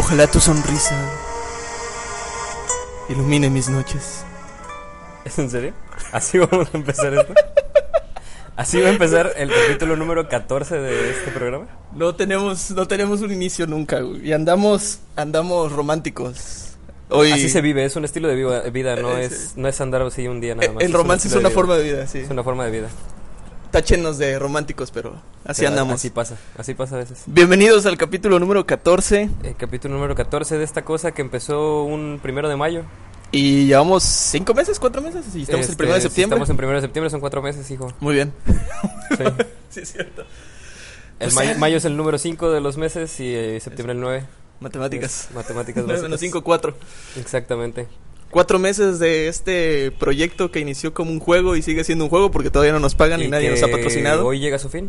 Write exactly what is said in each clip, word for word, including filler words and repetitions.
Ojalá tu sonrisa ilumine mis noches. ¿Es en serio? ¿Así vamos a empezar esto? ¿Así va a empezar el capítulo número catorce de este programa? No tenemos, no tenemos un inicio nunca, güey. Y andamos, andamos románticos. Hoy... Así se vive, es un estilo de vida, vida no, eh, es, no es andar así un día nada más. El romance es, un es una de forma de vida, sí. Es una forma de vida. Táchenos de románticos, pero así pero andamos. Así pasa, así pasa a veces. Bienvenidos al capítulo número catorce. El capítulo número catorce de esta cosa que empezó un primero de mayo. Y llevamos cinco meses, cuatro meses, y estamos este, el primero de septiembre. Si estamos en primero de septiembre, son cuatro meses, hijo. Muy bien. Sí, sí es cierto. El pues mayo, sea... mayo es el número cinco de los meses y eh, septiembre el nueve. Matemáticas. Es matemáticas nueve menos cinco, cuatro. Exactamente. Cuatro meses de este proyecto que inició como un juego y sigue siendo un juego porque todavía no nos pagan y, y nadie nos ha patrocinado. Hoy llega a su fin.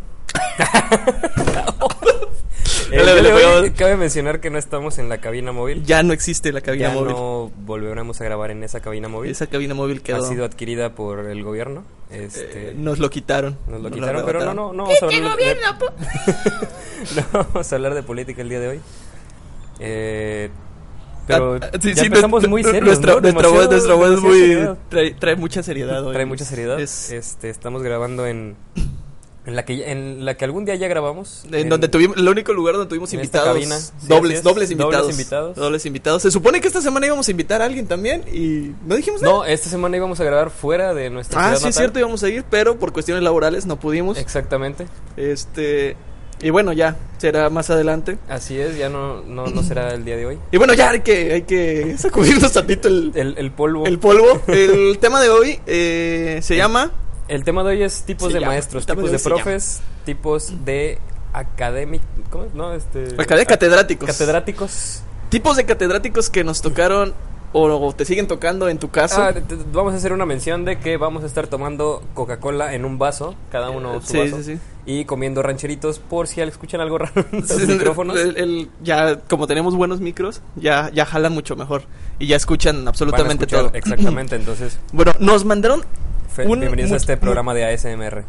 El día de hoy cabe mencionar que no estamos en la cabina móvil. Ya no existe la cabina ya móvil. Ya no volveremos a grabar en esa cabina móvil. Esa cabina móvil quedó. Ha sido adquirida por el gobierno. Este, eh, nos lo quitaron. Nos lo nos quitaron, lo pero no, no, no vamos a hablar de, gobierno? no vamos a hablar de política el día de hoy. Eh, pero ah, sí, ya sí, empezamos nuestra, muy serios, nuestra, ¿no? nuestra voz, nuestra voz es muy trae, trae mucha seriedad hoy. Trae mucha seriedad. Es... Este, estamos grabando en en la que en la que algún día ya grabamos. En, en donde tuvimos el único lugar donde tuvimos invitados. Cabina, sí, dobles, dobles invitados. Dobles invitados. Dobles invitados. Se supone que esta semana íbamos a invitar a alguien también y no dijimos nada. No, esta semana íbamos a grabar fuera de nuestra ciudad Ah, sí natal. es cierto, íbamos a ir, pero por cuestiones laborales no pudimos. Exactamente. Este Y bueno, ya, será más adelante. Así es, ya no, no, no será el día de hoy. Y bueno, ya hay que, hay que sacudirnos tantito el, el, el polvo. El polvo. El tema de hoy eh, se el, llama... El tema de hoy es tipos se de llama, maestros, tipos de, de profes, tipos de académicos, ¿cómo? No, este... Acadé catedráticos. Catedráticos. Tipos de catedráticos que nos tocaron o te siguen tocando en tu caso. Ah, te, te, vamos a hacer una mención de que vamos a estar tomando Coca-Cola en un vaso, cada uno su sí, vaso, sí, sí. y comiendo rancheritos por si escuchan algo raro en los sí, micrófonos. El, el, ya, como tenemos buenos micros, ya, ya jalan mucho mejor y ya escuchan absolutamente todo. Exactamente, entonces. Bueno, nos mandaron... Fe, un, bienvenidos un, a este programa de A S M R.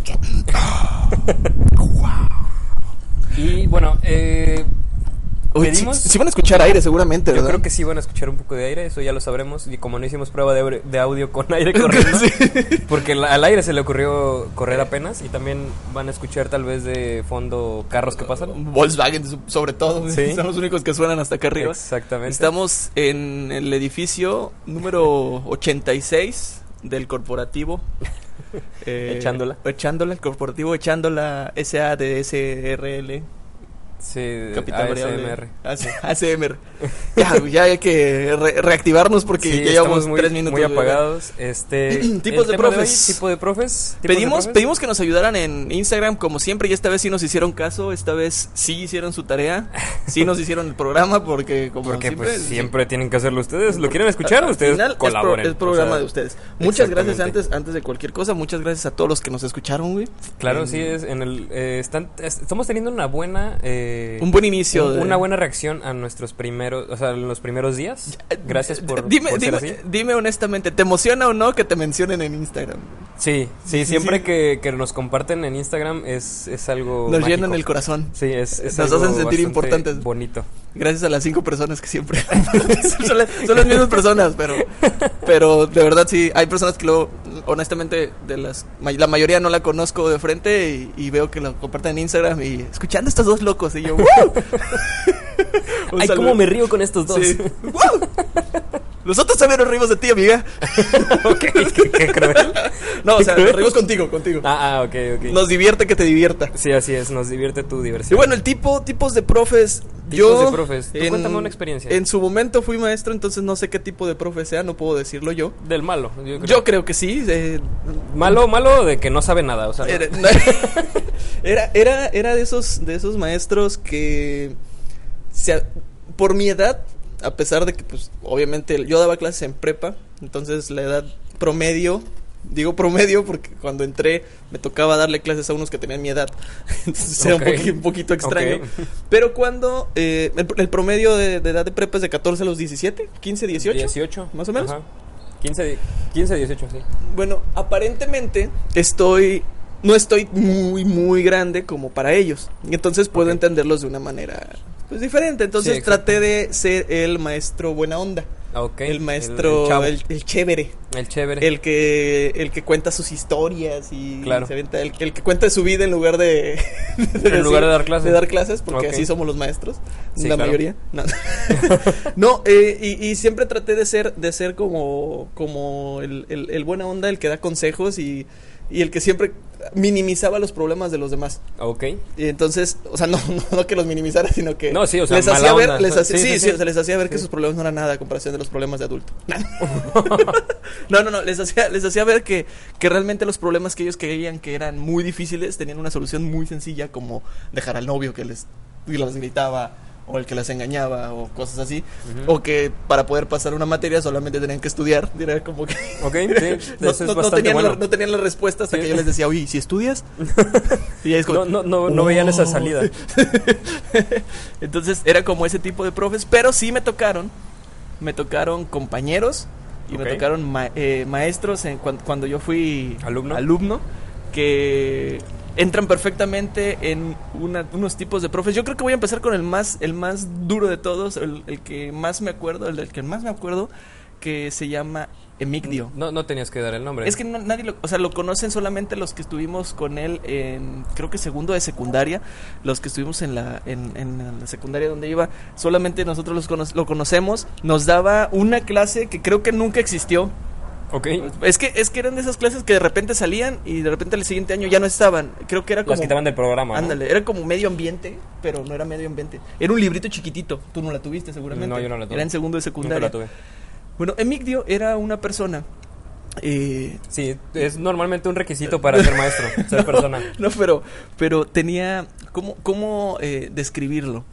Y bueno, eh... Uy, pedimos, sí, sí van a escuchar aire seguramente, ¿verdad? Yo creo que sí van a escuchar un poco de aire, eso ya lo sabremos. Y como no hicimos prueba de, de audio con aire corriendo, sí. Porque la, al aire se le ocurrió correr apenas. Y también van a escuchar tal vez de fondo carros que pasan. Volkswagen sobre todo, ¿sí? Son los únicos que suenan hasta acá arriba. Exactamente. Estamos en el edificio número ochenta y seis del corporativo. eh, echándola. Echándola, el corporativo echándola S A D S R L. Sí, Capital A S M R. A S M R. Ya, ya hay que re reactivarnos porque sí, ya llevamos muy, tres minutos. Muy apagados. Este, tipos de profes. De hoy, tipo de profes. Pedimos, de profes. pedimos que nos ayudaran en Instagram, como siempre, y esta vez sí nos hicieron caso, esta vez sí hicieron su tarea, sí nos hicieron el programa, porque como porque, siempre... Pues, siempre sí. tienen que hacerlo ustedes, ¿lo quieren escuchar? Ustedes colaboren. Es, pro, es programa o sea, de ustedes. Muchas gracias antes antes de cualquier cosa, muchas gracias a todos los que nos escucharon, güey. Claro, en, sí, es en el eh, están, estamos teniendo una buena... Eh, un buen inicio. Un, de... Una buena reacción a nuestros primeros, o sea, en los primeros días. Gracias por, dime, por dime, ser así. Dime honestamente, ¿te emociona o no que te mencionen en Instagram? Sí, sí, siempre sí. Que, que nos comparten en Instagram es, es algo nos mágico. llenan el corazón. Sí, es, es nos algo hacen sentir importantes. Bonito. Gracias a las cinco personas que siempre son, las, son las mismas personas, pero pero de verdad sí, hay personas que luego, honestamente, de las la mayoría no la conozco de frente y, y veo que lo comparten en Instagram y escuchando a estos dos locos y yo, ¡wow! Ay, cómo me río con estos dos. Sí. ¡Wow! Nosotros también nos rimos de ti, amiga. Ok, qué, qué cruel. No, o sea, nos rimos contigo, contigo. Ah, ah, ok, ok. Nos divierte que te divierta. Sí, así es, nos divierte tu diversión. Y bueno, el tipo, tipos de profes. Tipos yo, de profes. Tú en, cuéntame una experiencia. En su momento fui maestro, entonces no sé qué tipo de profe sea, no puedo decirlo yo. Del malo, yo creo, yo creo que sí. Eh, malo, malo de que no sabe nada, o sea. Era, no. era, era, era de esos, de esos maestros que, se, por mi edad, a pesar de que, pues, obviamente yo daba clases en prepa, entonces la edad promedio, digo promedio porque cuando entré me tocaba darle clases a unos que tenían mi edad, entonces okay. Era un, poqu un poquito extraño, okay. Pero cuando eh, el, el promedio de, de edad de prepa es de catorce a los diecisiete, quince, dieciocho, dieciocho, más o menos. Ajá. quince, quince, dieciocho, sí. Bueno, aparentemente estoy... No estoy muy, muy grande como para ellos. Entonces puedo okay. entenderlos de una manera... pues diferente. Entonces Sí, traté de ser el maestro buena onda. Okay. El maestro, el, el, chavo. el, el chévere. El chévere. El que, el que cuenta sus historias y claro. se aventa, el, el que cuenta su vida en lugar de, de en lugar de dar clases. De dar clases, porque okay. así somos los maestros, sí, la claro. mayoría. No, no eh, y, y siempre traté de ser, de ser como, como el, el, el buena onda, el que da consejos y, y el que siempre minimizaba los problemas de los demás. Ok. Y entonces, o sea, no, no, no que los minimizara, sino que no, sí, o sea, les hacía onda. ver, les hacía, sí, sí, sí, sí. O sea, les hacía ver sí. que sus problemas no eran nada a comparación de los problemas de adulto. No, no, no, les hacía, les hacía ver que, que realmente los problemas que ellos creían que eran muy difíciles tenían una solución muy sencilla, como dejar al novio que les, que les gritaba, o el que las engañaba, o cosas así, uh-huh. o que para poder pasar una materia solamente tenían que estudiar, era como que okay, sí, no, eso no, es no, tenían bueno. la, no tenían la respuesta hasta sí. que yo les decía, oye, ¿si estudias? Y es como, no, no, no, no oh. veían esa salida. Entonces era como ese tipo de profes, pero sí me tocaron, me tocaron compañeros y okay. me tocaron ma- eh, maestros en, cuando, cuando yo fui alumno, alumno que entran perfectamente en una, unos tipos de profes. Yo creo que voy a empezar con el más el más duro de todos, el, el que más me acuerdo, el del que más me acuerdo, que se llama Emigdio. No, no tenías que dar el nombre. Es que no, nadie lo, o sea, lo conocen solamente los que estuvimos con él en, creo que segundo de secundaria, los que estuvimos en la, en, en la secundaria donde iba, solamente nosotros los cono- lo conocemos. Nos daba una clase que creo que nunca existió. Okay. Es que es que eran de esas clases que de repente salían y de repente el siguiente año ya no estaban. Creo que era como las quitaban del programa. Ándale, ¿no? Era como medio ambiente, pero no era medio ambiente. Era un librito chiquitito. Tú no la tuviste seguramente. No, yo no la tuve. Era en segundo de secundaria. Nunca la tuve. Bueno, Emigdio era una persona. Eh, sí, es normalmente un requisito para ser maestro, ser persona. No, pero pero tenía cómo cómo eh, describirlo.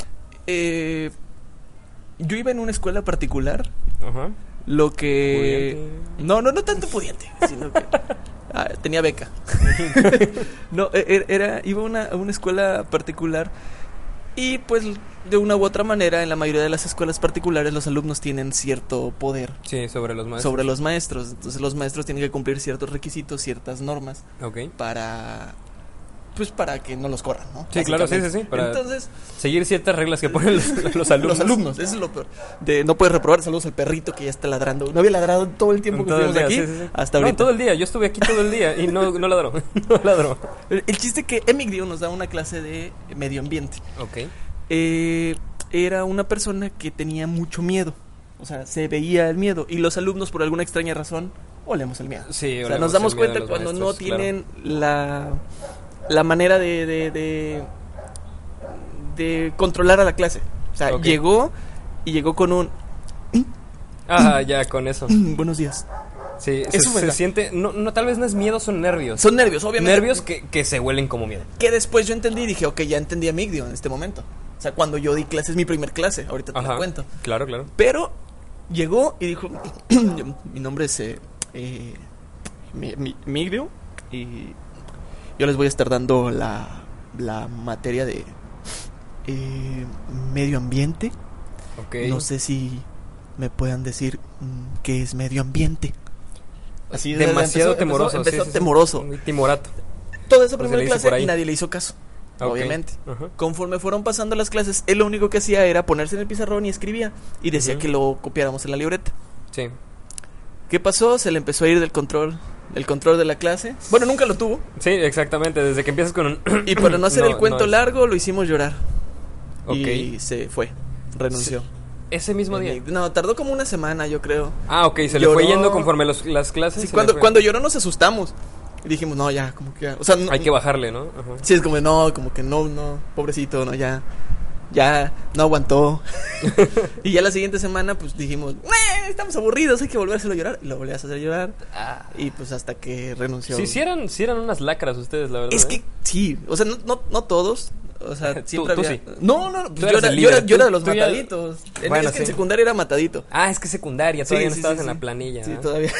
Eh, yo iba en una escuela particular. Ajá. Lo que pudiente. no no no tanto pudiente, sino que ah, tenía beca. No, era, era iba a una, a una escuela particular y pues de una u otra manera en la mayoría de las escuelas particulares los alumnos tienen cierto poder. Sí, sobre los maestros. Sobre los maestros, entonces los maestros tienen que cumplir ciertos requisitos, ciertas normas. Okay. Para pues para que no los corran, ¿no? Sí, claro, sí, sí, sí. Para entonces seguir ciertas reglas que ponen los, los alumnos. Los alumnos, eso es lo peor. De no puedes reprobar, saludos al perrito que ya está ladrando. No había ladrado todo el tiempo que todo estuvimos día, aquí, sí, sí, sí. hasta ahorita. No, todo el día, yo estuve aquí todo el día y no, no ladró, no ladró. El, el chiste es que Emigdio nos da una clase de medio ambiente. Ok. Eh, era una persona que tenía mucho miedo, o sea, se veía el miedo y los alumnos por alguna extraña razón olemos el miedo. Sí, o sea, nos damos cuenta cuando maestros, no tienen claro. la... la manera de, de, de, de controlar a la clase. O sea, okay. llegó y llegó con un... Ah, ya, con eso. Buenos días. Sí, eso se, se siente... No, no, tal vez no es miedo, son nervios. Son nervios, obviamente. Nervios que, que se huelen como miedo. Que después yo entendí y dije, ok, ya entendí a Emigdio en este momento. O sea, cuando yo di clases, mi primer clase, ahorita te Ajá, la cuento. Claro, claro. Pero llegó y dijo, mi nombre es eh, eh, Emigdio y... yo les voy a estar dando la, la materia de eh, medio ambiente. Okay. No sé si me puedan decir mm, qué es medio ambiente. Así demasiado empezó, temoroso. Empezó, empezó sí, temoroso. Sí, timorato. Toda esa primera clase nadie le hizo caso. Okay. Obviamente. Uh-huh. Conforme fueron pasando las clases, él lo único que hacía era ponerse en el pizarrón y escribía. Y decía uh-huh. que lo copiáramos en la libreta. Sí. ¿Qué pasó? Se le empezó a ir del control. El control de la clase. Bueno, nunca lo tuvo. Sí, exactamente. Desde que empiezas con un... Y para no hacer no, el cuento no es... largo, lo hicimos llorar. Okay. Y se fue. Renunció. Sí. ¿Ese mismo en día? Mi... No, tardó como una semana, yo creo. Ah, ok. Se lloró... le fue yendo conforme los, las clases. Sí, cuando, cuando lloró nos asustamos. Y dijimos, no, ya, como que ya. O sea, no, hay que bajarle, ¿no? Ajá. Sí, es como, no, como que no, no. Pobrecito, no, ya. Ya, no aguantó. Y ya la siguiente semana, pues dijimos, estamos aburridos, hay que volvérselo a llorar. Y lo volvías a hacer llorar. Ah. Y pues hasta que renunció. Sí, sí eran, sí eran unas lacras ustedes, la verdad. Es ¿eh? que sí, o sea, no, no, no todos. O sea, siempre tú, había... tú sí. No, no, pues yo, era, yo, era, yo era de los mataditos. Ya... Bueno, es que sí. en secundaria era matadito. Ah, es que secundaria, todavía sí, no sí, estabas sí, en sí. la planilla. Sí, ¿no? todavía.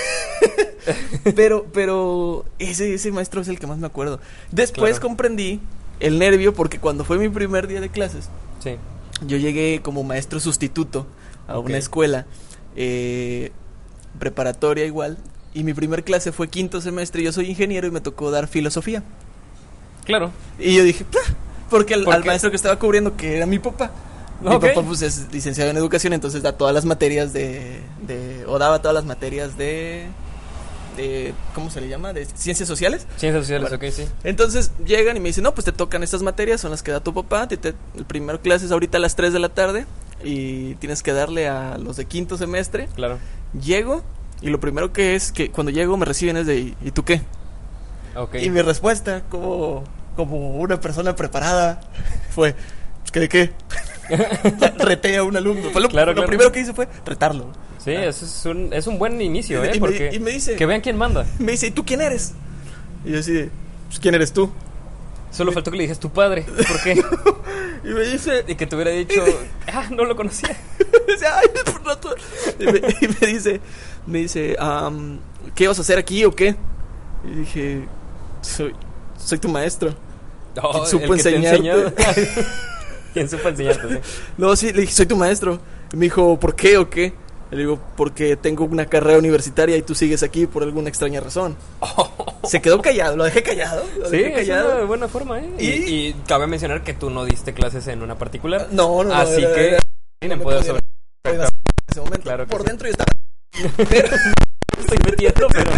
pero, pero ese, ese maestro es el que más me acuerdo. Después claro. comprendí el nervio porque cuando fue mi primer día de clases, sí. yo llegué como maestro sustituto a okay. una escuela eh, preparatoria igual. Y mi primer clase fue quinto semestre. Yo soy ingeniero y me tocó dar filosofía. Claro. Y yo dije, ¡pah! Porque al, al maestro que estaba cubriendo, que era mi papá, Mi Ok. papá pues es licenciado en educación, entonces da todas las materias de, de o daba todas las materias de de ¿cómo se le llama? De ciencias sociales. Ciencias sociales, Bueno. ok, sí. Entonces llegan y me dicen, "No, pues te tocan estas materias, son las que da tu papá, te, te- el primer clase es ahorita a las tres de la tarde y tienes que darle a los de quinto semestre." Claro. Llego y lo primero que es que cuando llego me reciben es de "¿Y y tú qué?" Ok. Y mi respuesta como como una persona preparada fue, "Pues, ¿qué de qué?" O sea, reté a un alumno. Fue lo, Claro, lo claro. primero que hice fue retarlo. Sí, eso es un, es un buen inicio, Y- ¿eh? y me- Porque y me dice- que vean quién manda. Me dice, "¿Y tú quién eres?" Y yo así de, "Pues, ¿quién eres tú?" Solo faltó que le dijes tu padre. ¿Por qué? Y me dice, Y que te hubiera dicho, ah, no lo conocía. dice, "Ay, por rato." Y me, y me dice, me dice, "Am, ¿qué vas a hacer aquí o qué?" Y dije, soy, soy tu maestro. Oh, ¿Quién supo el que te enseñarte? enseñó. ¿Quién supo enseñarte? Sí. No, sí, le dije, "Soy tu maestro." Y me dijo, "¿Por qué o qué?" Le digo, "Porque tengo una carrera universitaria y tú sigues aquí por alguna extraña razón." Se quedó callado, lo dejé callado. Lo Sí, dejé es callado. una buena forma, ¿eh? Y, Y- y cabe mencionar que tú no diste clases en una particular. No, no, no. Así era- que era- tienen no me poder podía- sobre. podía hacer en ese momento. Claro que por sí. dentro yo estaba. Pero, Estoy metiendo, pero.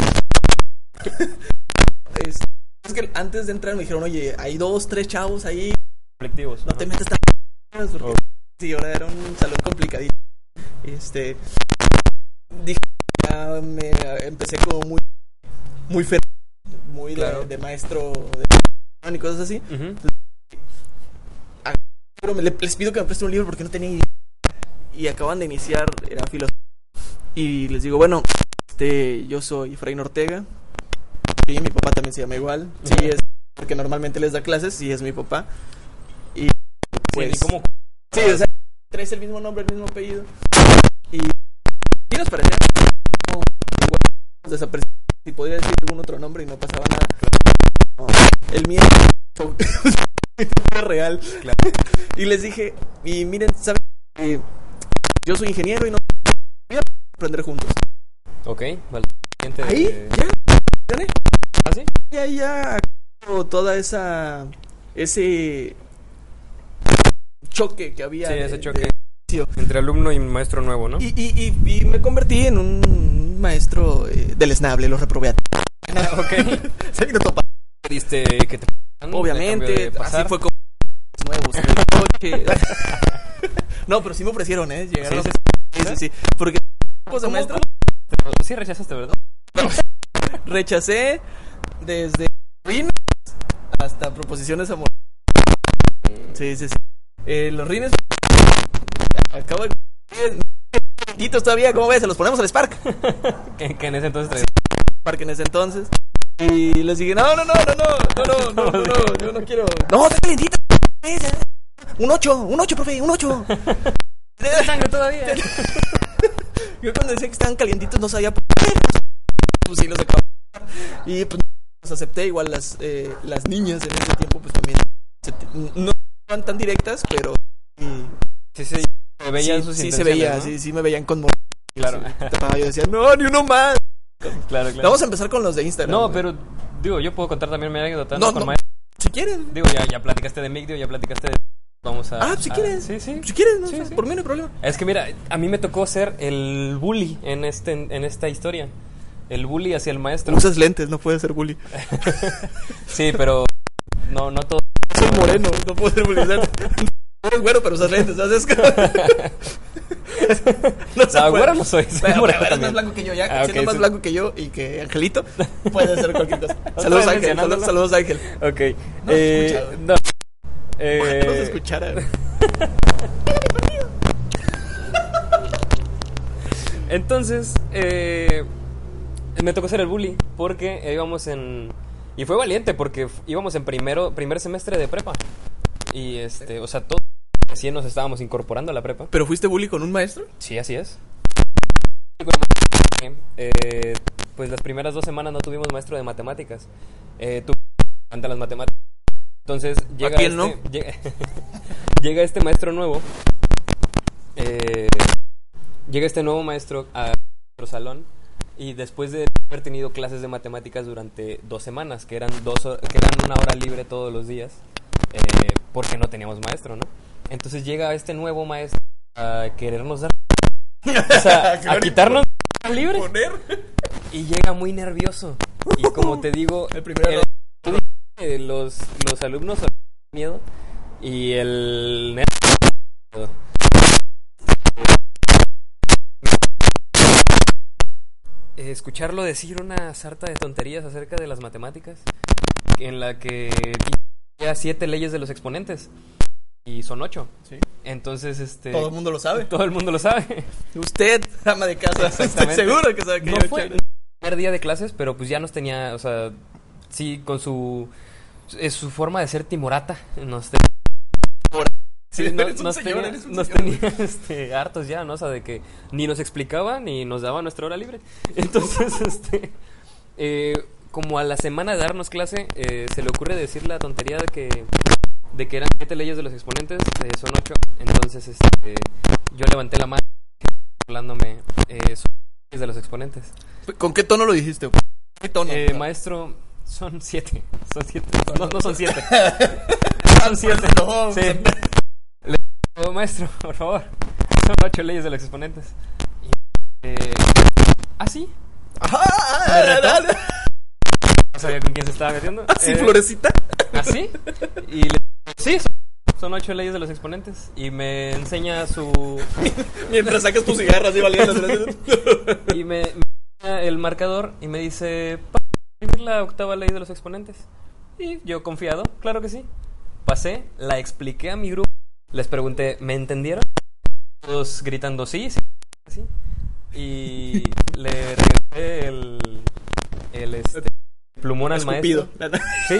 es, es que antes de entrar me dijeron, "Oye, hay dos, tres chavos ahí, Colectivos. no te Ajá. metas tan porque Oh. sí, ahora era un salón complicadito." Este dije, ya me empecé como muy muy fer muy de, Claro. de maestro de y cosas así. Ujú. Pero me, les pido que me presten un libro porque no tenía idea. Y acaban de iniciar, era filosofía. Y les digo, "Bueno, este, yo soy Efraín Ortega." Sí, mi papá también se llama igual. Sí, Ujú. es porque normalmente les da clases, sí es mi papá. Y Sí, pues ni cómo. sí, o sea, traes el mismo nombre, el mismo apellido. Y, y nos parecía como igual, desapercibidos. Si podría decir algún otro nombre y no pasaba nada. No, el mío fue real. Claro. Y les dije, y miren, ¿saben? Eh, yo soy ingeniero y no voy a aprender juntos. Ok, vale. Siguiente- Ahí, ya, gané. ¿Ah, sí? Y ahí ya toda esa ese choque que había Sí, de- ese choque. de inicio. Entre alumno y maestro nuevo, ¿no? y, y, y, y me convertí en un maestro eh, del esnable, lo reprobé a Ok. se vino topa. Diste que te. Obviamente, así fue como nuevos en el coche. No, pero sí me ofrecieron, eh, llegaron Sí, a- sí, sí, sí, sí, porque pues de ¿Cómo- maestro cómo? Sí, rechazaste, ¿verdad? rechacé desde rines hasta proposiciones amorosas. Sí, sí, sí. Eh, los rines acabo de calentitos todavía, ¿cómo ves? Se los ponemos al Spark. Que, que en ese entonces traía. Spark en ese entonces. Y les dije, "No, no, no, no, no, no, no, no, no, no, yo no quiero." "No, está calientito." Un ocho, un ocho, profe, un ocho. sangre todavía. Yo cuando decía que estaban calientitos no sabía por qué. Pues sí, los acabo. Y pues los acepté. Igual las, eh, las niñas en ese tiempo pues también se te- no eran tan directas, pero sí, Sí, sí. Se veían sí, sus sí se intenciones, veía, ¿no? sí, sí me veían con mor- Claro. Sí, tapaba, yo decía, "No, ni uno más." Claro, claro. Vamos a empezar con los de Instagram. No, güey. pero digo, yo puedo contar también mi anécdota, No, ¿no? Con no. maestro. Si quieren. Digo, ya, ya platicaste de Migdio, ya platicaste de. Vamos a. Ah, si a- quieren. Sí, sí. Si quieren, no, Sí, o sea, sí. por mí no hay problema. Es que mira, a mí me tocó ser el bully en este en esta historia. El bully hacia el maestro. Usas lentes, no puedes ser bully. Sí, pero no no todo. Soy moreno, no puedo ser bully. Eres güero, pero usas lentes, ¿sabes? No se No, puede. güero no soy, soy Pero, moreno pero eres también. más blanco que yo, ya. Ah, Siendo ok, más sí. blanco que yo y que Angelito, puede ser cualquier cosa. Otra Saludos, vez Ángel. mencionándolo. Saludos, saludos, Ángel. Ok. No eh, se escucha, no. Eh, No se escuchara. Entonces, eh, me tocó ser el bully porque íbamos en... Y fue valiente porque f- íbamos en primero primer semestre de prepa. Y este, o sea, todos recién nos estábamos incorporando a la prepa. ¿Pero fuiste bully con un maestro? Sí, así es. Eh, pues las primeras dos semanas no tuvimos maestro de matemáticas. Eh, tu ante las matemáticas. Entonces llega ¿A quién este, no? llega, llega este maestro nuevo. Eh, llega este nuevo maestro a nuestro salón y después de haber tenido clases de matemáticas durante dos semanas, que eran dos hor- que eran una hora libre todos los días, eh, porque no teníamos maestro, ¿no? Entonces llega este nuevo maestro a querernos dar, o sea, a quitarnos libre. Y llega muy nervioso. Y como te digo, el primero el, los, los alumnos tienen miedo y el nerd escucharlo decir una sarta de tonterías acerca de las matemáticas, en la que ya siete leyes de los exponentes y son ocho. Sí. Entonces, este, todo el mundo lo sabe. Todo el mundo lo sabe. Usted, ama de casa, estoy seguro que sabe que no yo fue el primer día de clases, pero pues ya nos tenía, o sea, sí, con su es su forma de ser timorata, nos tenía, sí, no, nos señor, tenía, nos tenía este, hartos ya, ¿no? O sea, de que ni nos explicaba ni nos daba nuestra hora libre. Entonces, este, eh, como a la semana de darnos clase, eh, se le ocurre decir la tontería de que de que eran siete leyes de los exponentes, eh, son ocho. Entonces, este, yo levanté la mano hablándome, eh, son leyes de los exponentes. ¿Con qué tono lo dijiste? ¿Qué tono? Eh, maestro, son siete. Son siete. No, no son siete. Son siete. No, sí. Le digo, maestro, por favor. Son ocho leyes de los exponentes. Y, eh, ¿ah, sí? Ajá, dale. No sabía con quién se estaba metiendo. ¿Así, eh, florecita? ¿Así? Y le sí, son, son ocho leyes de los exponentes. Y me enseña su... Mientras sacas tu cigarro así valiendo. Y me, me enseña el marcador y me dice... escribir la octava ley de los exponentes. Y yo confiado, claro que sí. Pasé, la expliqué a mi grupo. Les pregunté, ¿me entendieron? Todos gritando sí, sí, sí. Y le regresé el... El este... plumón al Escupido. maestro. Sí.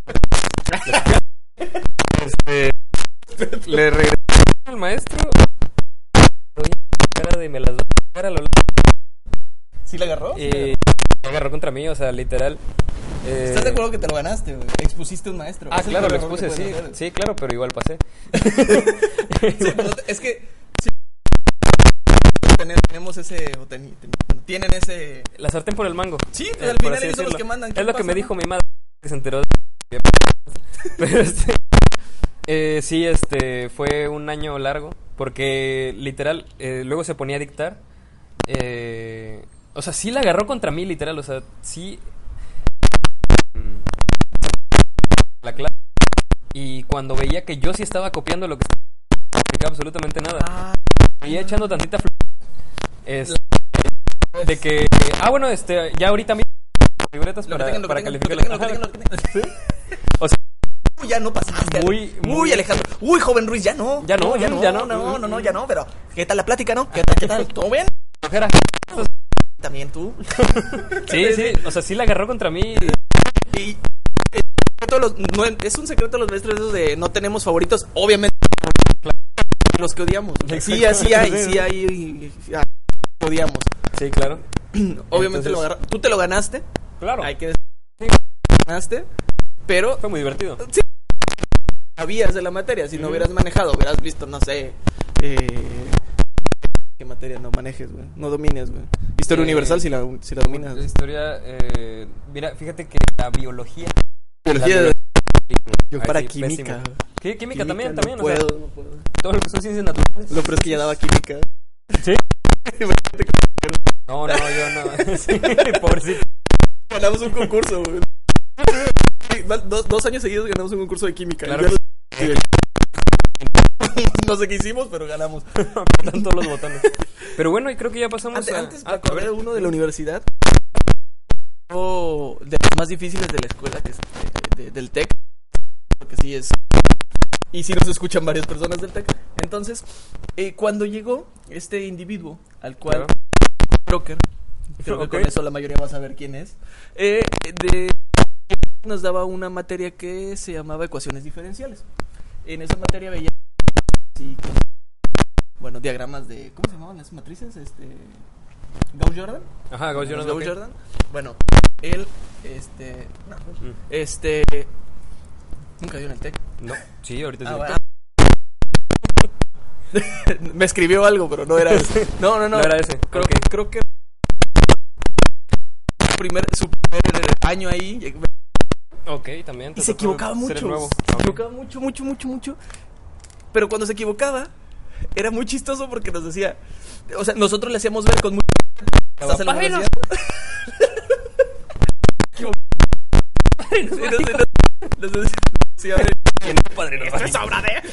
Este, le regresé al maestro. Cara de me las da cara a lo ¿Sí la agarró? Eh, me agarró contra mí, o sea, literal. Eh... ¿Estás de acuerdo que te lo ganaste, güey? Expusiste a un maestro. Ah, es claro, lo expuse, sí. Hacer. Sí, claro, pero igual pasé. Sí, pero es que sí, tenemos ese o ten, ten, tienen ese la sartén por el mango. Sí, pues eh, al final ellos son los que mandan. Es lo pasa, que me no? dijo mi madre, que se enteró de... Pero este eh, sí, este fue un año largo porque literal eh, luego se ponía a dictar. Eh, o sea, sí la agarró contra mí, literal, o sea, sí la clase. Y cuando veía que yo sí estaba copiando lo que estaba, no explicaba absolutamente nada. Ah, veía echando tantita fl- es, de que ah bueno, este ya ahorita mismo libretas para, tengan, para tengan, calificar. ¿Sí? O sea, ya no pasaste. Muy, muy, muy Alejandro. Uy, joven Ruiz, ya no. Ya no, ya no, ya no, no, no, no, ya no, pero ¿qué tal la plática, no? ¿Qué tal, qué tal? ¿Todo bien? Ojera. También tú. Sí, sí, o sea, sí la agarró contra mí. Y los, no, es un secreto de los maestros esos de no tenemos favoritos, obviamente los que odiamos. Sí, así hay, sí hay, y, y, ah, odiamos. Sí, claro. Obviamente. Entonces, lo agarra, tú te lo ganaste. Claro. Hay que decir, sí, ganaste, pero fue muy divertido. Sí, sabías de la materia, si no hubieras manejado, hubieras visto, no sé, eh, qué materia no manejes, güey, no domines, güey. Historia eh, universal si la si la dominas. Historia eh, mira, fíjate que la biología Biología la de... Yo Ay, para sí, química. ¿Qué? Química, química también, no también, puedo, o sea, no puedo. todo lo que son ciencias naturales. Lo peor es que ya daba química. ¿Sí? No, no, yo no. Sí, pobrecito. Ganamos un concurso, güey. Dos, dos años seguidos ganamos un concurso de química. Claro. Que... No sé qué hicimos, pero ganamos. Están todos los botones. Pero bueno, y creo que ya pasamos antes, a... Antes, ah, a ver, uno de la universidad. O de los más difíciles de la escuela, que es de, de, del TEC. Porque sí es... Y sí nos escuchan varias personas del TEC. Entonces, eh, cuando llegó este individuo, al cual... Claro. Broker, creo que okay. Con eso la mayoría va a saber quién es. Eh, de, nos daba una materia que se llamaba ecuaciones diferenciales. En esa materia veía... Sí, bueno, diagramas de... ¿Cómo se llamaban las matrices? Este... Gauss-Jordan. Ajá, Gauss-Jordan. Gauss-Jordan. Okay. Bueno, él, este... No, mm. Este... ¿Nunca dio en el TEC? No, sí, ahorita sí. Ah, bueno. Me escribió algo, pero no era ese. No, no, no. No era ese. Creo, okay. que, creo que su primer, su primer año ahí. Ok, también. Y se equivocaba mucho. Se okay. equivocaba mucho, mucho, mucho, mucho. Pero cuando se equivocaba, era muy chistoso porque nos decía, o sea, nosotros le hacíamos ver con mucha... ¿Estás en la universidad? Sí, no sé, no, no sé, sí, a ver. Esto es obra de...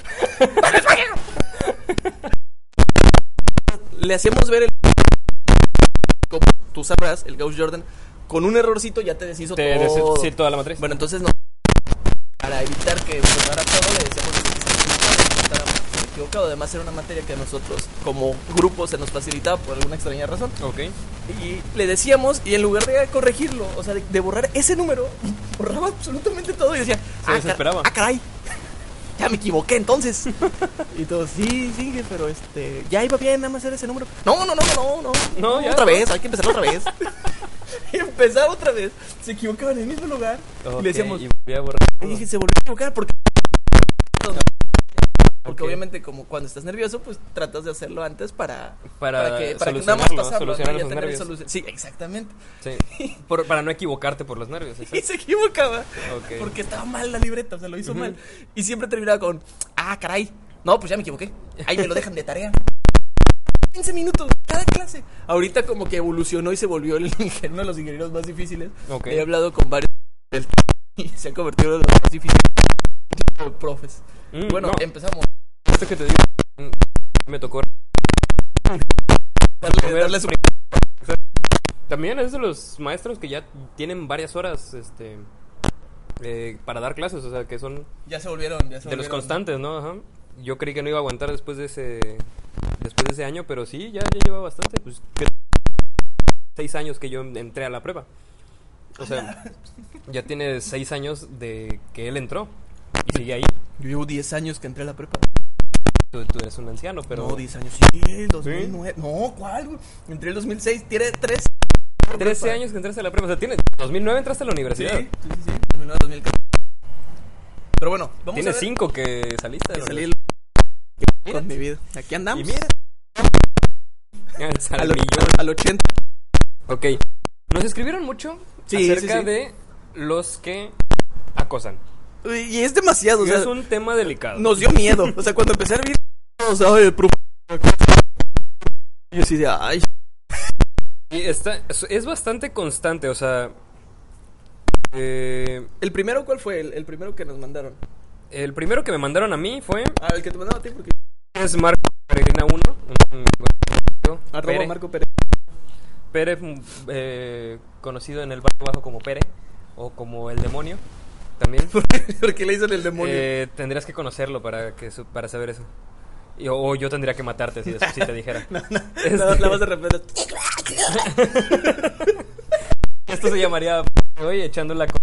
Le hacíamos ver el... Como tú sabrás, el Gauss Jordan, con un errorcito ya te deshizo te todo. Sí, toda la matriz. Bueno, entonces no... Para evitar que sonara todo, le decíamos que estaba equivocado. Además era una materia que a nosotros, como grupo, se nos facilitaba por alguna extraña razón. Ok. Y le decíamos, y en lugar de corregirlo, o sea, de, de borrar ese número, borraba absolutamente todo y decía, se ah, desesperaba. Car- ah, caray, ya me equivoqué entonces. Y todos, sí, sigue, pero este, ya iba bien, nada más era ese número. No, no, no, no, no, No, ya otra no. vez, hay que empezar otra vez. Y empezaba otra vez, se equivocaba en el mismo lugar. Okay, y le decíamos, y volví a borrar y todo. dije, se volvió a equivocar porque... Porque Ok. obviamente como cuando estás nervioso, pues tratas de hacerlo antes para... Para que, para que nada más solucionarlo, pasarlo, solucionar ¿no? Ya esos tener nervios. solución. Sí, exactamente. Sí. Por- para no equivocarte por los nervios. Y exacto. se equivocaba. Ok. Porque estaba mal la libreta, o sea, lo hizo Ujú. mal. Y siempre terminaba con, ah, caray. No, pues ya me equivoqué. Ahí me lo dejan de tarea. quince minutos cada clase. Ahorita como que evolucionó y se volvió el, uno de los ingenieros más difíciles. Ok. He hablado con varios y se ha convertido en uno de los más difíciles tipo de profes. Mm, Bueno, no. empezamos. Esto que te digo, mm, me tocó Darle, darle su... también es de los maestros que ya tienen varias horas este eh, para dar clases, o sea, que son Ya se volvieron, ya se de los volvieron. constantes, ¿no? Ajá. Yo creí que no iba a aguantar después de ese después de ese año, pero sí, ya, ya lleva bastante, pues que- seis años que yo entré a la prepa. O sea, ya tiene seis años de que él entró y sigue ahí. Yo llevo diez años que entré a la prepa. Tú, tú eres un anciano, pero No, diez años. Sí, el dos mil nueve. No, ¿cuál, güey? Entré en el dos mil seis, tiene tres. trece años que entraste a la prepa, o sea, tiene dos mil nueve entraste a la Sí, universidad. sí, sí, sí. dos mil nueve, dos mil catorce. Pero bueno, vamos Tiene a ver. cinco que saliste de Que la salí universidad. con mi vida. Aquí andamos. Y mira. Al, Al o- millón. al ochenta. Ok. Nos escribieron mucho Sí, acerca sí, sí. de los que acosan. Y es demasiado, o sea, es un tema delicado. nos dio miedo. O sea, cuando empecé a ver, o sea, el profe. Yo sí de, ay. Y está, es, es bastante constante, o sea... eh, ¿El primero cuál fue? El, el primero que nos mandaron. el primero que me mandaron a mí fue... Ah, el que te mandaron a ti, porque. Es Marco Peregrina uno. un- Arroba Pere, Marco Pérez. Pere, eh, conocido en el barrio bajo como Pere. O como el demonio. También. Porque le dicen el demonio. Eh, tendrías que conocerlo para que su- para saber eso. Y- o, o yo tendría que matarte si, si te dijera. no, no, Este- la, la vas de repente. Esto se llamaría hoy echando la co-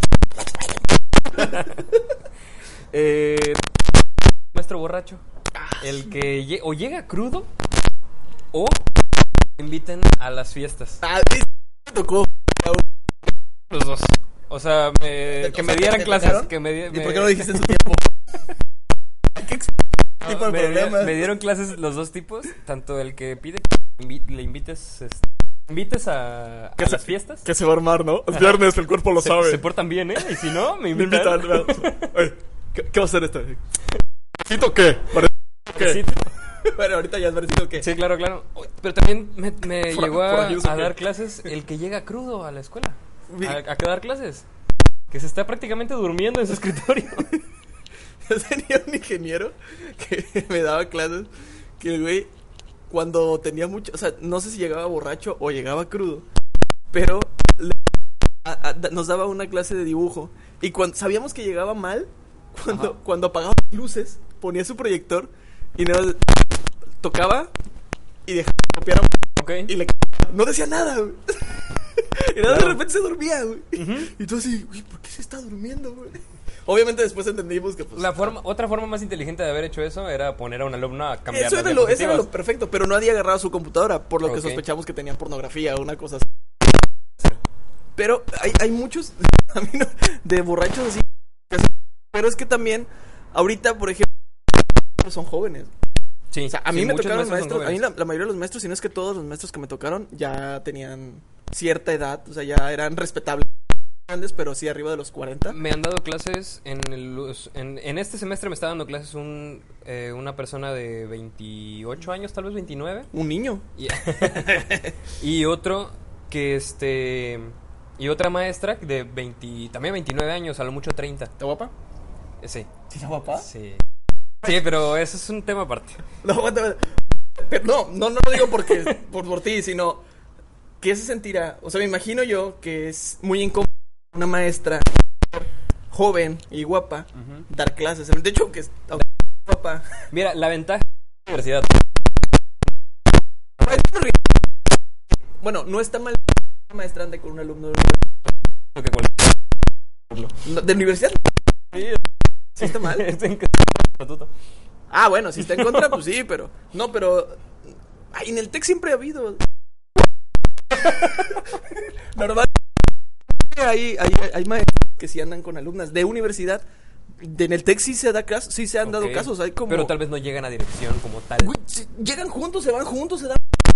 eh, maestro borracho. El que lle- o llega crudo o te inviten a las fiestas. Ah, sí, me tocó. Los dos. O sea, me- O que sea, me ¿te- dieran te clases. tocaron? Que me, di- ¿Y me- por qué no lo dijiste en su tiempo? ¿Qué ex- tipo de me, problemas? me dieron clases los dos tipos. Tanto el que pide que invi- le invites este, invites a, a Que se- las fiestas. Que se va a armar, ¿no? Es viernes, el cuerpo lo se, sabe. se portan bien, ¿eh? Y si no, me Me invitan. invitan. Oye, ¿qué, ¿Qué va a hacer esto? ¿Cito qué? ¿Qué? Sí, Bueno, ahorita ya es versito que. sí, claro, claro. Pero también me, me Por- llegó por a, aquí no sé a qué. dar clases el que llega crudo a la escuela. Vi- A, a que dar clases. Que se está prácticamente durmiendo en su escritorio. Yo tenía un ingeniero que me daba clases que el güey, cuando tenía mucho, o sea, no sé si llegaba borracho o llegaba crudo, pero le- a- a- nos daba una clase de dibujo y cuando sabíamos que llegaba mal, cuando, Ajá. cuando apagaba las luces, ponía su proyector y nada más tocaba y dejaba que copiara Ok. y le no decía nada, güey. Y nada, Claro. de repente se dormía, güey. Ujú. Y tú así, güey, ¿por qué se está durmiendo, güey? Obviamente después entendimos que pues La forma, otra forma más inteligente de haber hecho eso era poner a un alumno a cambiar eso las era, lo, eso era lo diapositivas. perfecto, pero nadie agarraba su computadora, por lo que Ok. sospechamos que tenía pornografía o una cosa así. Pero hay, hay muchos a mí no, de borrachos así, pero es que también ahorita, por ejemplo, son jóvenes. Sí, O sea, a sí, mí me muchos tocaron maestros son maestros, a mí jóvenes. la, la mayoría de los maestros, si no es que todos los maestros que me tocaron ya tenían cierta edad, o sea, ya eran respetables. grandes, pero sí arriba de los cuarenta. Me han dado clases en, el, en, en este semestre me está dando clases un, eh, una persona de veintiocho años, tal vez veintinueve. Un niño. Y, y otro que este... Y otra maestra de veinte, también veintinueve años, a lo mucho treinta. ¿Está guapa? Sí. ¿Sí está guapa? Sí. Sí, pero eso es un tema aparte. No, aguanta, pero no, no, no lo digo porque por, por ti, sino ¿qué se sentirá? O sea, me imagino yo que es muy incómodo una maestra joven y guapa uh-huh. dar clases. De hecho, que es guapa. Mira, la ventaja de la universidad. Bueno, no está mal una maestra ande con un alumno de universidad. ¿De universidad? Sí. ¿Sí está mal? Ah, bueno, si está en contra, pues sí, pero... No, pero... Ay, en el TEC siempre ha habido... Normal. Hay, hay, hay maestros que sí andan con alumnas de universidad. De, en el TEC sí se da caso, sí se han okay. dado casos. Hay como... Pero tal vez no llegan a dirección como tal. Uy, si llegan juntos, se van juntos, se dan...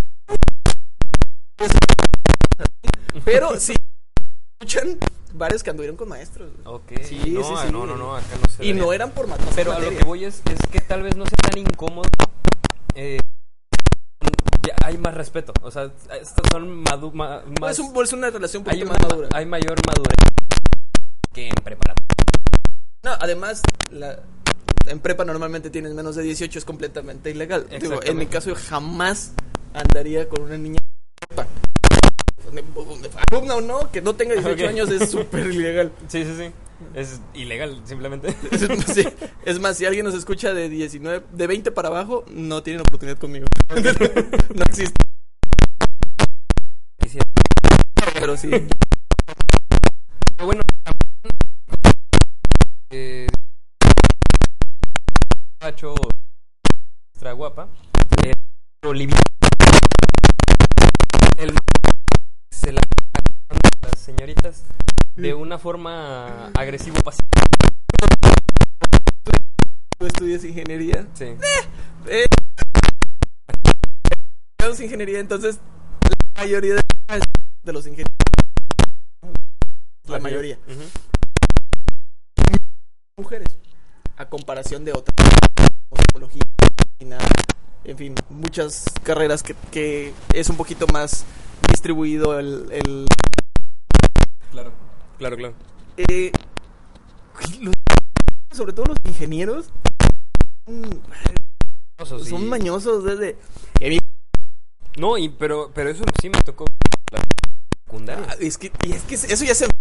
Pero sí escuchan varios que anduvieron con maestros. Ok. Sí, no, sí, sí. No, no, no, acá no se Y daría. No eran por matar. Pero materias. A lo que voy es, es que tal vez no sea tan incómodo. Eh, ya hay más respeto. O sea, estas son madu ma, más. Es, un, es una relación un poquito hay más una, madura. Hay mayor madurez que en preparatoria. No, además, la, en prepa normalmente tienes menos de dieciocho, es completamente ilegal. Digo, en mi caso, yo jamás andaría con una niña de prepa. Alumna o no, que no tenga dieciocho okay. años es súper ilegal. Sí, sí, sí. Es ilegal, simplemente. Sí. Es más, si alguien nos escucha de diecinueve, de veinte para abajo, no tienen oportunidad conmigo. No existe. Pero sí. Pero bueno, eh, macho, extra guapa, eh, Olivia. El se la las señoritas de una forma agresivo pasiva. ¿Tú estudias ingeniería? Sí. Eh, eh, estudiamos ingeniería, entonces la mayoría de, de los ingenieros, la mayoría, uh-huh. mujeres, a comparación de otras, como psicología, en fin, muchas carreras que, que es un poquito más distribuido el, el... Claro, claro, claro. Eh, los, sobre todo los ingenieros son, Mañosos, son sí. mañosos desde... No, y pero pero eso sí me tocó la secundaria. Ah, es que y es que eso ya se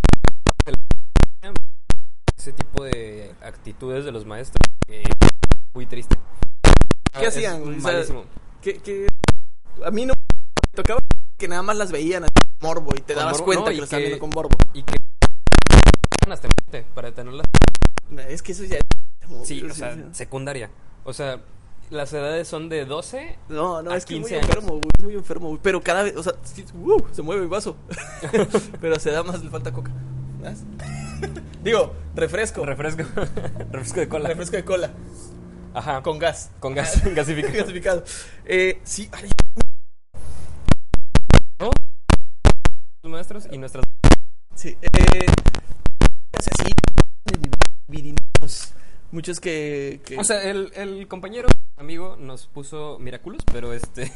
ese tipo de actitudes de los maestros eh, muy triste. ¿Qué ah, hacían? Malísimo. O sea, que, que a mí no me tocaba que nada más las veían a morbo y te con dabas morbo, cuenta no, que lo estaban viendo con morbo. Y que hasta para tenerlas. Es que eso ya sí, o sea, secundaria. O sea, las edades son de doce no, no, a es que quince muy años. enfermo, güey, es muy enfermo, güey. Pero cada vez, o sea, uh, se mueve el vaso. Pero se da más, le falta coca. ¿Más? Digo, refresco. Refresco. Refresco de cola. Refresco de cola. Ajá. Con gas. Con gas. Gasificado. Gasificado. Eh, sí, ay, ¿no? Los maestros y nuestras. Sí, eh. O sea, sí. Virinos. Muchos que, que. O sea, el, el compañero amigo nos puso Miraculous, pero este.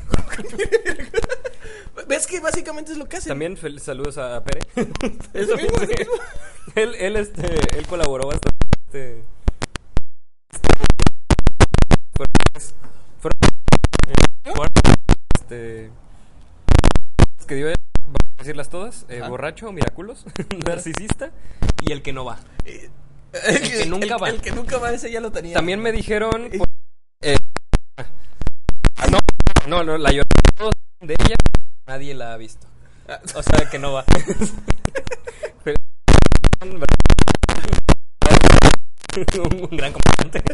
¿Ves que básicamente es lo que hacen? También fel- saludos a Pere. ¿Eso mismo? ¿Eso mismo? él, él, este, él colaboró bastante. Este, fueron, fueron, este, que dio, vamos a decirlas todas, eh, borracho, Miraculous, narcisista y el que no va. Eh, el, el que nunca el, va. El que nunca va, ese ya lo tenía. También me dijeron, pues, eh, no, no, no, la lloré de ella, nadie la ha visto. O sea, que no va. Pero, un, un gran comandante.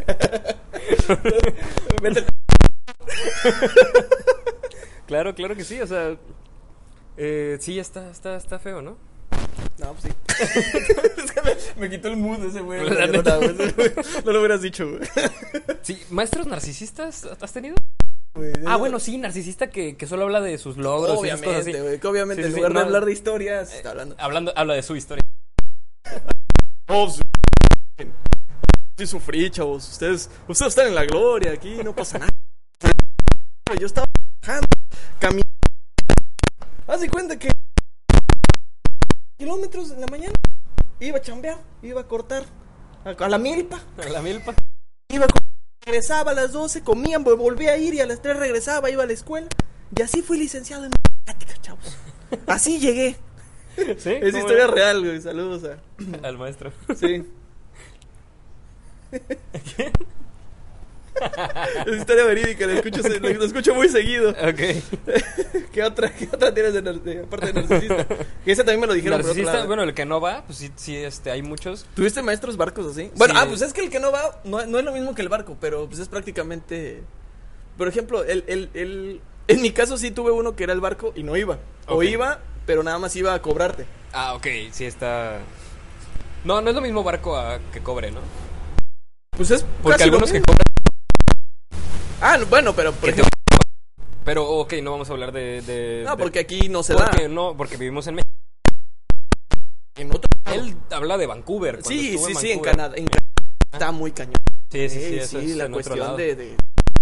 Claro, claro que sí, o sea, eh, sí, está, está, está feo, ¿no? No, pues sí. Es que me, me quitó el mood ese güey. No, no lo hubieras dicho, güey. Sí, maestros narcisistas, ¿has tenido? Wey, ah, bueno, sí, narcisista que, que solo habla de sus logros. Obviamente, y esas cosas así. Güey, que obviamente sí, en sí, lugar no, de hablar de historias, está hablando. Eh, hablando. Habla de su historia. No, pues, sí sufrí, chavos. Ustedes, ustedes están en la gloria, aquí no pasa nada. Yo estaba trabajando, caminando. Haz de cuenta que kilómetros en la mañana iba a chambear, iba a cortar a, a la milpa. A la milpa. Iba a cortar, regresaba a las doce, comían, volvía a ir y a las tres regresaba, iba a la escuela. Y así fui licenciado en matemáticas, chavos. Así llegué. ¿Sí? Es historia es? real, güey. Saludos a... al maestro. Sí. ¿Quién? Es historia verídica, la escucho, la, la escucho muy seguido. Ok. ¿Qué otra, qué otra tienes de, de, aparte de narcisista? Que ese también me lo dijeron. Narcisista, bueno, el que no va, pues sí, sí, este, hay muchos. ¿Tuviste maestros barcos así? Bueno, sí. ah, pues es que el que no va no, no es lo mismo que el barco, pero pues es prácticamente... Por ejemplo, el, el, el, en mi caso sí tuve uno que era el barco y no iba. O okay. iba, pero nada más iba a cobrarte. Ah, ok, sí está... No, no es lo mismo barco a que cobre, ¿no? Pues es porque algunos que cobran. Ah, no, bueno, pero por ejemplo... te... Pero, ok, no vamos a hablar de... de no, de... porque aquí no se porque da. No, porque vivimos en México. En otro... Él habla de Vancouver. Sí, sí, en sí, en Canadá. En Canadá está muy cañón. Sí, sí, sí. Sí, sí, la cuestión de... de...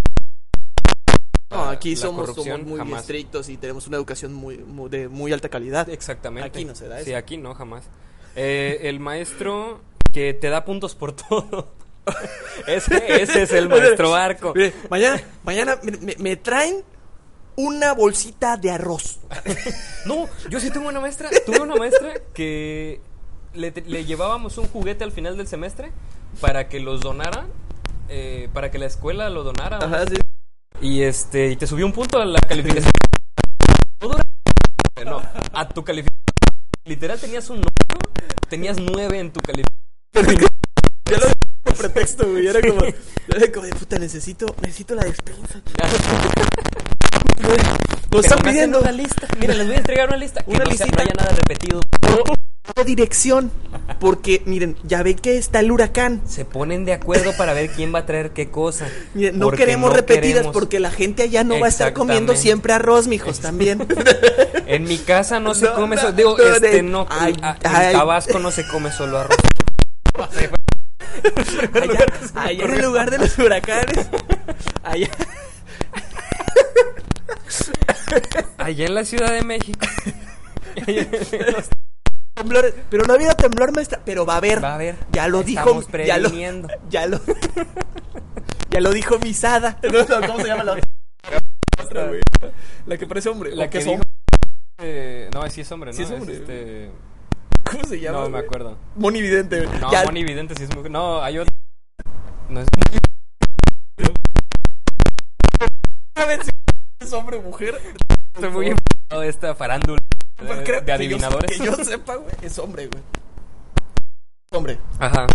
No, aquí la somos, somos muy jamás. estrictos y tenemos una educación muy, muy de muy alta calidad. Exactamente. Aquí no se da eso. Sí, aquí no, jamás. Eh, el maestro que te da puntos por todo. ese, ese es el maestro barco. Mire, mañana, mañana me, me, me traen una bolsita de arroz. No, yo sí tuve una maestra, tuve una maestra que le, le llevábamos un juguete al final del semestre para que los donara, eh, para que la escuela lo donara. Ajá, sí. Y este, y te subió un punto a la calificación. No, a tu calificación. Literal tenías un nueve, tenías nueve en tu calificación. Ya lo dije por pretexto, güey. Era como, era como de puta, necesito, necesito la despensa. Nos están pidiendo una lista. Mira, les voy a entregar una lista. Que una no, listita. Sea, no haya nada repetido. No, dirección. Porque, miren, ya ve que está el huracán. Se ponen de acuerdo para ver quién va a traer qué cosa. Miren, no queremos no repetidas queremos... porque la gente allá no va a estar comiendo siempre arroz, mijos, también. En mi casa no se no, come no, eso. Digo, no, este, de... no. Ay, a, ay. En Tabasco no se come solo arroz. Allá, allá en el lugar de los huracanes. Allá. Allá en la Ciudad de México. Temblores, pero no ha habido temblor, maestra, pero va a haber. Va a haber. Ya lo Estamos dijo. Ya lo, ya lo. Ya lo dijo Misada. No, no, ¿cómo se llama la otra? La que parece hombre. La que, que es dijo, hombre. Eh, no, sí es hombre, ¿no? Sí es hombre. Es este... ¿Cómo se llama? No me acuerdo. Moni Vidente. No, ya... Moni Vidente sí es mujer. No, hay otro. No es. ¿Saben si es hombre o mujer? Estoy muy enfocado de esta farándula de, creo, de adivinadores. Que yo, que yo sepa, güey, es hombre, güey. Hombre. Ajá.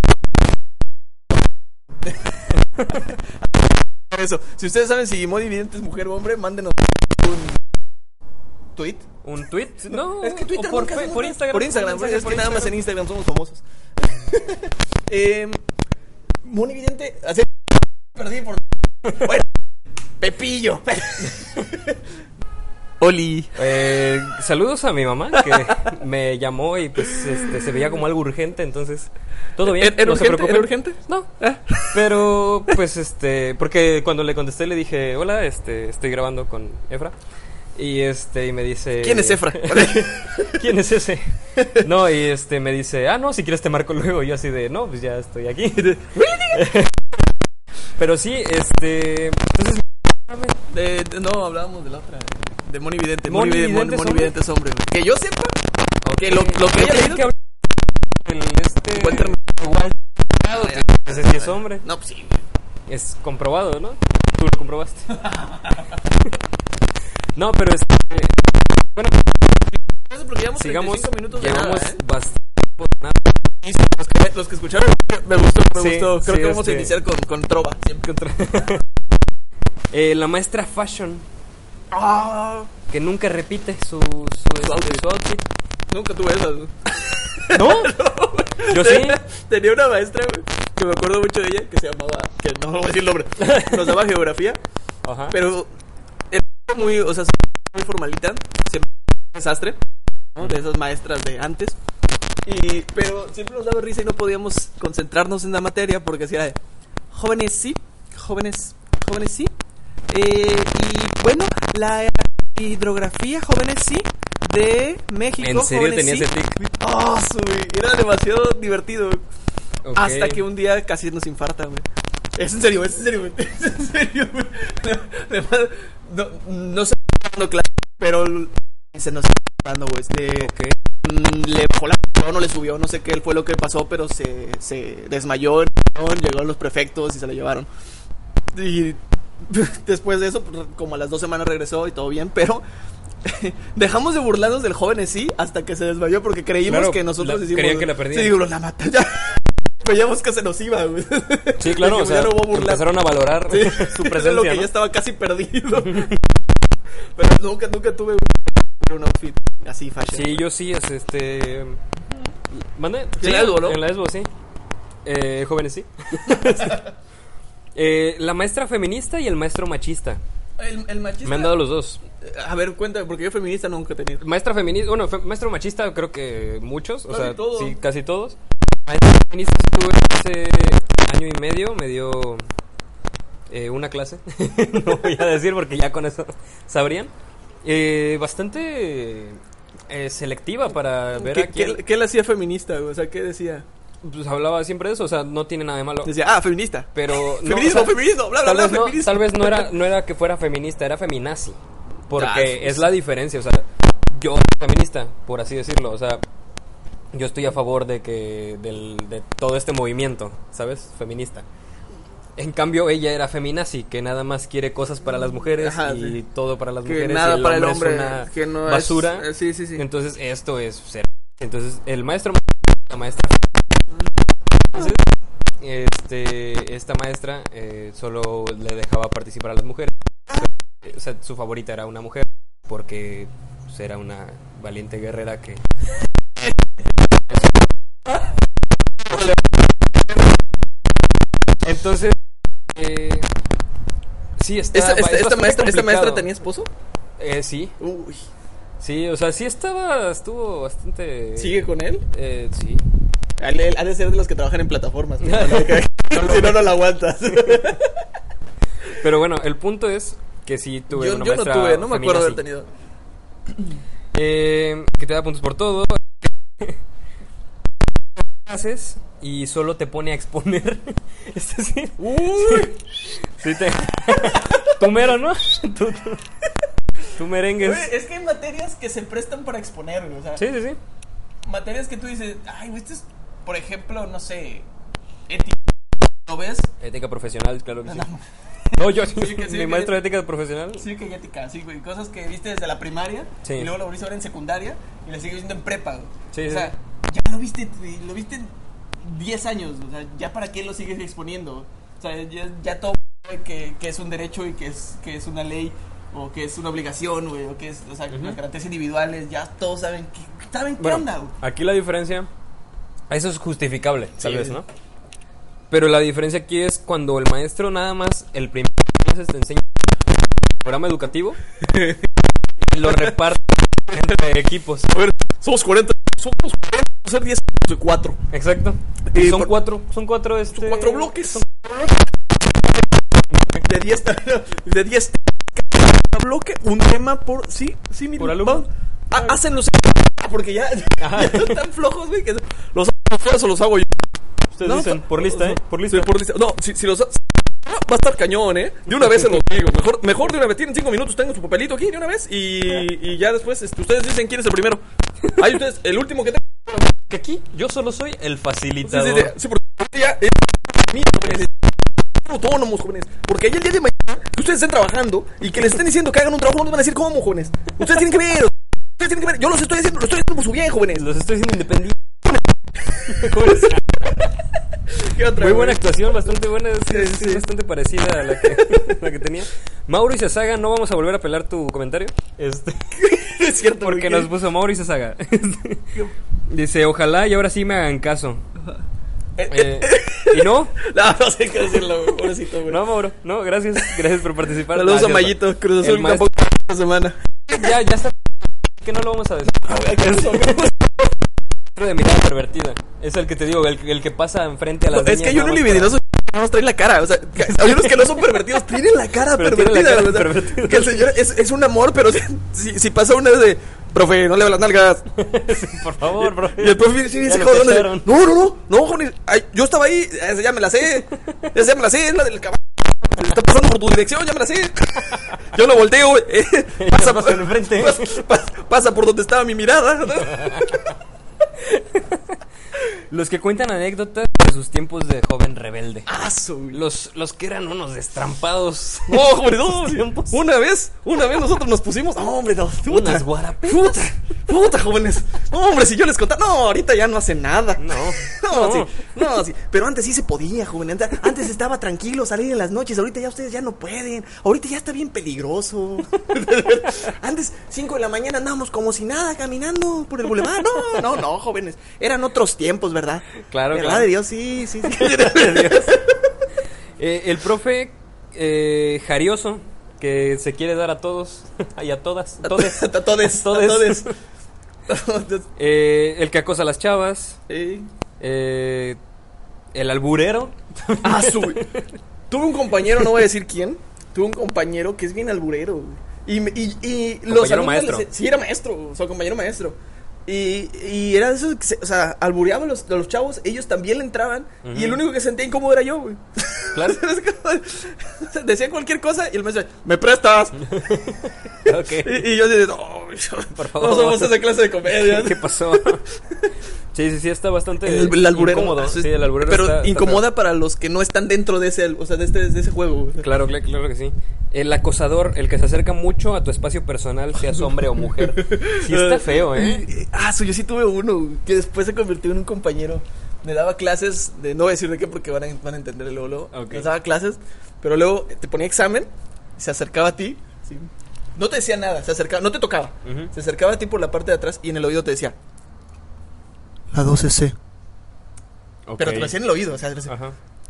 Eso. Si ustedes saben si Moni Vidente es mujer o hombre, mándenos un tweet. ¿Un tweet? No, es que Twitter por, nunca fe, por Instagram. Por Instagram, por es por que nada más en Instagram somos famosos. eh, Moni Vidente, así perdí por bueno, Pepillo. Oli. Eh, saludos a mi mamá que me llamó y pues este se veía como algo urgente, entonces todo bien. ¿Era, no urgente, se preocupen. ¿Era urgente? No. ¿Eh? Pero pues este, porque cuando le contesté le dije, "Hola, este estoy grabando con Efra." Y este y me dice, ¿quién es Efra? ¿Quién es ese? No, y este me dice, "Ah, no, si quieres te marco luego." Y yo así de, "No, pues ya estoy aquí." Pero sí, este, entonces de, de, no, hablábamos de la otra. De Moni Vidente. Moni Vidente, Moni Vidente es hombre. Que yo sepa. Okay. Que lo, lo que haya leído. Que el este. Walter. Ese sí es hombre. No, pues sí. Es comprobado, ¿no? Tú lo comprobaste. No, pero este. Bueno. Porque llevamos sigamos. treinta y cinco minutos de llevamos nada, ¿eh? bastante. Nada. Los que, los que escucharon me gustó, me sí, gustó. Creo sí, que vamos este... a iniciar con, con trova. Siempre con trova. eh, la maestra Fashion. Ah, que nunca repite su, su, su, outfit. su outfit. Nunca tuve esas. ¿No? no Yo tenía, sí. Tenía una maestra, güey, que me acuerdo mucho de ella, que se llamaba, que no voy a decir el nombre, nos daba geografía. Ajá. Pero era muy, o sea, muy formalita, siempre un desastre, ¿no? De esas maestras de antes. Y, pero siempre nos daba risa y no podíamos concentrarnos en la materia porque decía, de, jóvenes sí, jóvenes, jóvenes sí. Eh, y bueno, la hidrografía, jóvenes sí, de México. ¿En serio jóvenes, tenías sí. ese tic? Oh, su, güey, era demasiado divertido. Okay. Hasta que un día casi nos infarta, güey. Es en serio, es en serio, güey. Es en serio, güey. No, no sé cuándo clase, pero se nos está infartando, güey. Este, Okay. Le bajó la presión, no le subió, no sé qué fue lo que pasó, pero se, se desmayó, llegaron los prefectos y se lo llevaron. Y después de eso, como a las dos semanas regresó y todo bien, pero dejamos de burlarnos del joven sí hasta que se desmayó porque creímos Claro, que nosotros la, hicimos. creían que la perdían. Sí, digo, la mata ya. Veíamos que se nos iba, güey. Sí, claro, o sea, no hubo burlar. empezaron a valorar Sí, su presencia, lo que ¿no? ya estaba casi perdido. Pero nunca, nunca tuve un outfit así fashion. Sí, yo sí, es este... ¿Mande? En Sí, la ESBO, ¿no? En la ESBO, sí. Eh, jóvenes, sí. eh, la maestra feminista y el maestro machista. El, el machista. Me han dado los dos. A ver, cuéntame, porque yo feminista nunca he tenido. Maestra feminista, bueno, fe- maestro machista creo que muchos, o Casi sea, todos. sí, casi todos. Maestra feminista sí tuve hace año y medio, me dio eh, una clase, no voy a decir porque ya con eso sabrían. Eh, bastante eh, selectiva para ver ¿Qué, a quién. qué, qué le hacía feminista, güey? O sea, ¿qué decía? Pues hablaba siempre de eso, o sea, no tiene nada de malo. Decía, ah, feminista. Pero no, Feminismo, o sea, feminismo, bla, bla, tal bla, vez no, feminismo. tal vez no era, no era que fuera feminista, era feminazi. Porque Ah, sí, es sí. la diferencia, o sea, yo soy feminista, por así decirlo, o sea, yo estoy a favor de que del, de todo este movimiento, ¿sabes? Feminista. En cambio, ella era feminazi, que nada más quiere cosas para las mujeres. Ajá, y sí. todo para las Que mujeres. nada y el para el hombre hombre, es una que no es- basura. eh, sí, sí, sí. Entonces, esto es ser. Entonces, el maestro, la maestra. Entonces, este, esta maestra eh, solo le dejaba participar a las mujeres. O sea, su favorita era una mujer porque pues, era una valiente guerrera que... Entonces, eh, sí, está, ¿Esta, es esta, esta bastante maestra, ¿Esta maestra complicado. tenía esposo? Eh, sí, Uy. sí, o sea, sí estaba, estuvo bastante... ¿Sigue con él? Eh, sí. Ha de, ha de ser de los que trabajan en plataformas. ¿No? Si no, no lo aguantas. Pero bueno, el punto es que sí tuve Yo, una yo no maestra tuve, no me acuerdo haber feminazi. tenido. Eh, que te da puntos por todo. Haces y solo te pone a exponer. Es decir, Uy. sí te... tú mero, ¿no? Tú, tú, tú merengues. Güey, es que hay materias que se prestan para exponer, güey. O sea, Sí, sí, sí. materias que tú dices, ay, güey, esto es, por ejemplo, no sé, ética. ¿Lo ves? Ética profesional, claro que sí. No, no. No, yo, Sí, que sí, mi que- maestro de ética profesional. Sí, que hay ética, sí, güey. Cosas que viste desde la primaria Sí. y luego lo volviste a ver en secundaria y lo sigues viendo en prepa, güey. Sí, o sí. sea, ya lo viste, güey, lo viste en diez años, o sea, ya para qué lo sigues exponiendo. O sea, ya, ya todo sabe que, que es un derecho y que es, que es una ley o que es una obligación, güey, o que es, o sea, Ujú. las garantías individuales, ya todos saben que, saben qué Bueno, onda, güey. aquí la diferencia, eso es justificable, tal Sí. vez, ¿no? Pero la diferencia aquí es cuando el maestro nada más, el primer clases te enseña el programa educativo y lo reparte entre equipos. A ver, somos cuarenta, somos cuarenta, vamos a ser diez de cuatro. Exacto. Y son por- cuatro, son cuatro, este... Son cuatro bloques. De diez, de diez bloque, un tema por, sí, sí, mi Por alumno. Ah, hacen los porque ya, Ajá. ya están tan flojos, güey, que los hago ustedes o los hago yo. Ustedes No, dicen, so- por lista, ¿eh? Por lista. Sí, por lista. No, si, si los ha- va a estar cañón, ¿eh? De una vez se los digo. Mejor, mejor de una vez. Tienen cinco minutos, tengan su papelito aquí de una vez. Y, y ya después este, ustedes dicen quién es el primero. Ahí ustedes, el último que tengan. Que aquí yo solo soy el Sí, facilitador. sí, sí, sí, porque ya es mío, jóvenes. Autónomos, jóvenes. Porque ahí el día de mañana que ustedes estén trabajando y que les estén diciendo que hagan un trabajo, no les van a decir cómo, jóvenes. Ustedes tienen que ver. Ustedes tienen que ver. Yo los estoy haciendo, lo estoy haciendo por su bien, jóvenes. Los estoy haciendo independientes. ¿Qué otra, Muy buena güey? actuación, bastante buena. Sí, Sí, sí, sí. es bastante parecida a la que, la que tenía. Mauro y Saga, no vamos a volver a pelar tu comentario. Este, Es cierto, porque güey, nos puso Mauro y Saga. Dice, ojalá y ahora sí me hagan caso. Eh, ¿Y no? No, no sé qué decirlo, güey, pobrecito, güey. No, Mauro. No, gracias. Gracias por participar. Saludos Ah, a cierto. Mayito, Cruz El Azul, maestro- campeón de la semana. Ya, ya está. Que no lo vamos a decir. A ver, ¿qué pasó? de mirada pervertida. Es el que te digo, el, el que pasa enfrente a las no, es que hay uno libidinoso que no trae la cara. O sea, hay unos que no son pervertidos, tienen la cara pero pervertida. La cara, o sea, pervertida. Que el señor es, es un amor, pero si, si pasa una de, profe, no le va las nalgas. Sí, por favor, profe. Y el profe sí, dice, no, no, no, no, no, joven, ay, yo estaba ahí, esa ya me la sé, esa ya me la sé, es la del caballo. Está pasando por tu dirección, ya me la sé. Yo lo volteo, eh, pasa, pasa, enfrente. Pasa, pasa, pasa por donde estaba mi mirada, ¿no? Los que cuentan anécdotas de sus tiempos de joven rebelde. Ah, su... Los, los que eran unos destrampados. No, hombre, no. Una vez, una vez nosotros nos pusimos. No, hombre, no. Puta, unas guarapetas. Puta, puta, jóvenes. No, hombre, si yo les contaba. No, ahorita ya no hace nada. No. No, no. Sí. No, sí. Pero antes sí se podía, jóvenes. Antes estaba tranquilo salir en las noches. Ahorita ya ustedes ya no pueden. Ahorita ya está bien peligroso. Antes, cinco de la mañana andábamos como si nada caminando por el bulevar. No, no, no, jóvenes. Eran otros tiempos, ¿verdad? Claro, ¿verdad claro. de Dios? Sí, sí, sí. De Dios. Eh, el profe eh, jarioso que se quiere dar a todos y a todas, a todes, a todes, a todes. eh, el que acosa a las chavas, sí. eh, el alburero. Ah, su... Tuve un compañero, no voy a decir quién. Tuve un compañero que es bien alburero. Y, y, y los compañero maestro. Les, sí, era maestro, o sea, compañero maestro. Y, y era de esos que se, o sea, albureaba a los, a los chavos, ellos también le entraban. Uh-huh. Y el único que sentía incómodo era yo, güey. Claro. Decía cualquier cosa y el maestro, ¿me prestas? Okay. Y, y yo decía, no, por favor, no somos esa clase de comedia. ¿Qué pasó? Sí, sí, sí, está bastante el, el alburero, incómodo. Sí, el alburero pero está, incomoda está para los que no están dentro de ese, o sea, de este, de ese juego. Claro, claro, claro que sí. El acosador, el que se acerca mucho a tu espacio personal, seas hombre o mujer. Sí está feo, ¿eh? Ah, so, yo sí tuve uno que después se convirtió en un compañero. Me daba clases, de no voy a decir de qué porque van a, van a entender luego, luego. Okay. Me daba clases, pero luego te ponía examen, se acercaba a ti, ¿sí? No te decía nada, se acercaba, no te tocaba. Uh-huh. Se acercaba a ti por la parte de atrás y en el oído te decía la doce ce. Okay. Pero te lo hacía en el oído, o sea, ajá.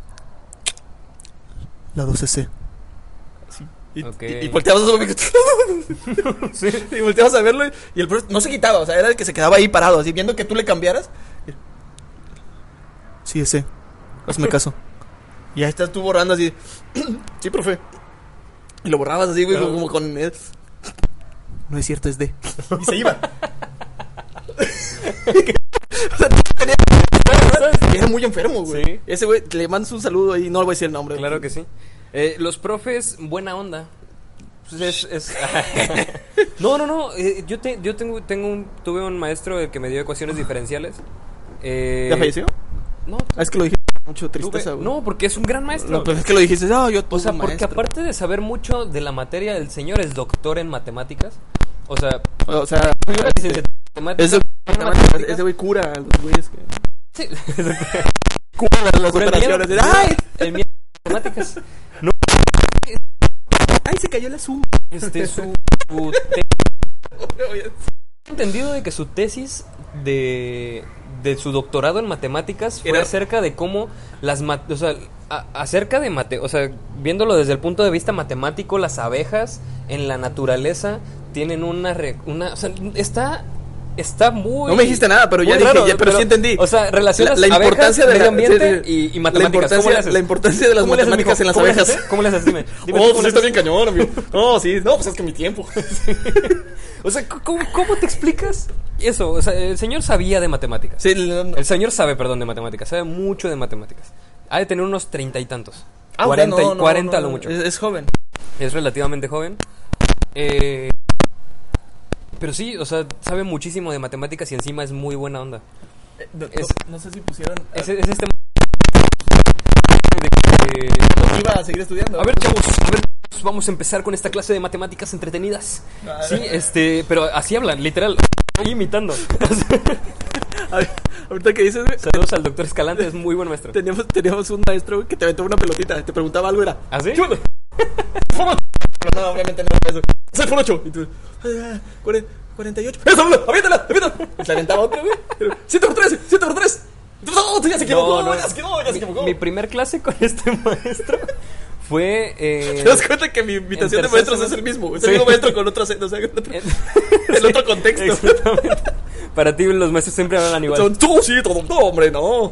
La doce ce. Sí. Y, okay. y, y volteabas a sí. Y volteabas a verlo y, y el profesor no se quitaba, o sea, era el que se quedaba ahí parado, así viendo que tú le cambiaras. Sí, ese. Hazme caso. Y ahí estás tú borrando así. Sí, profe. Y lo borrabas así, güey, no. como con... No es cierto, es de... Y se iba. O sea, tenía... Era muy enfermo, güey. ¿Sí? Ese güey, le mandas un saludo ahí, no le voy a decir el nombre. Claro que sí. Eh, los profes, buena onda. Pues es, es... no, no, no. Eh, yo te, yo tengo, tengo un, tuve un maestro que me dio ecuaciones diferenciales. Eh, ¿Ya falleció? No. Ah, es que lo dije mucho tristeza, tuve, no, porque es un gran maestro. No, pero es que lo dijiste, no, yo O sea, porque maestro. aparte de saber mucho de la materia, el señor es doctor en matemáticas. O sea, o sea, matemáticas, ese güey cura a los güeyes que... Sí. Cura las operaciones. El ¡ay! El miedo de matemáticas. No. Ay, se cayó la suma. Este, su... su te... He entendido de que su tesis de... de su doctorado en matemáticas fue Era... acerca de cómo las mat- o sea, a- acerca de mate, o sea, viéndolo desde el punto de vista matemático, las abejas en la naturaleza tienen una re- una, o sea, está está muy No me dijiste nada, pero ya dije, raro, ya, pero, pero sí entendí. O sea, relacionas la, la importancia abejas, de la, medio ambiente sí, sí, y, y matemáticas. La importancia, la importancia de las matemáticas en las ¿cómo abejas. Le ¿Cómo le haces? Dime. Dime oh, pues está bien cañón, amigo. No, sí, no, pues es que mi tiempo. O sea, ¿cómo, ¿cómo te explicas eso? O sea, el señor sabía de matemáticas. Sí, no, no. El señor sabe, perdón, de matemáticas. Sabe mucho de matemáticas. Ha de tener unos treinta y tantos. Ah, cuarenta, no, no, cuarenta no, a lo mucho. Es, es joven. Es relativamente joven. Eh, pero sí, o sea, sabe muchísimo de matemáticas y encima es muy buena onda. Eh, no, es, no, no sé si pusieron... Es, es este... De que no iba a seguir estudiando. A ver, chavos, a ver, vamos a empezar con esta clase de matemáticas entretenidas. Sí, este, pero así hablan, literal. Estoy imitando. A ver, ahorita que dices, güey. Saludos al doctor Escalante, es muy buen maestro. Teníamos, teníamos un maestro que te aventó una pelotita, te preguntaba algo, era. ¿Ah, sí? Pero no, obviamente no era eso. Soy por ocho. Y tú, ah, cuarenta y ocho. ¡Eso, aviéntala, aviéntala! Y se aventaba otro, güey. siete por tres, siete por tres. No, tú ya se equivocó, no, no. ya se equivocó, ya se equivocó. Mi, mi primer clase con este maestro fue... Eh, ¿Te das cuenta que mi invitación de maestros semestre? Es el mismo? Es el sí. mismo maestro con otro acento, o sea, con otro, el otro contexto. Exactamente. Para ti los maestros siempre hablan igual. Son tú, sí, todo, no, hombre, no.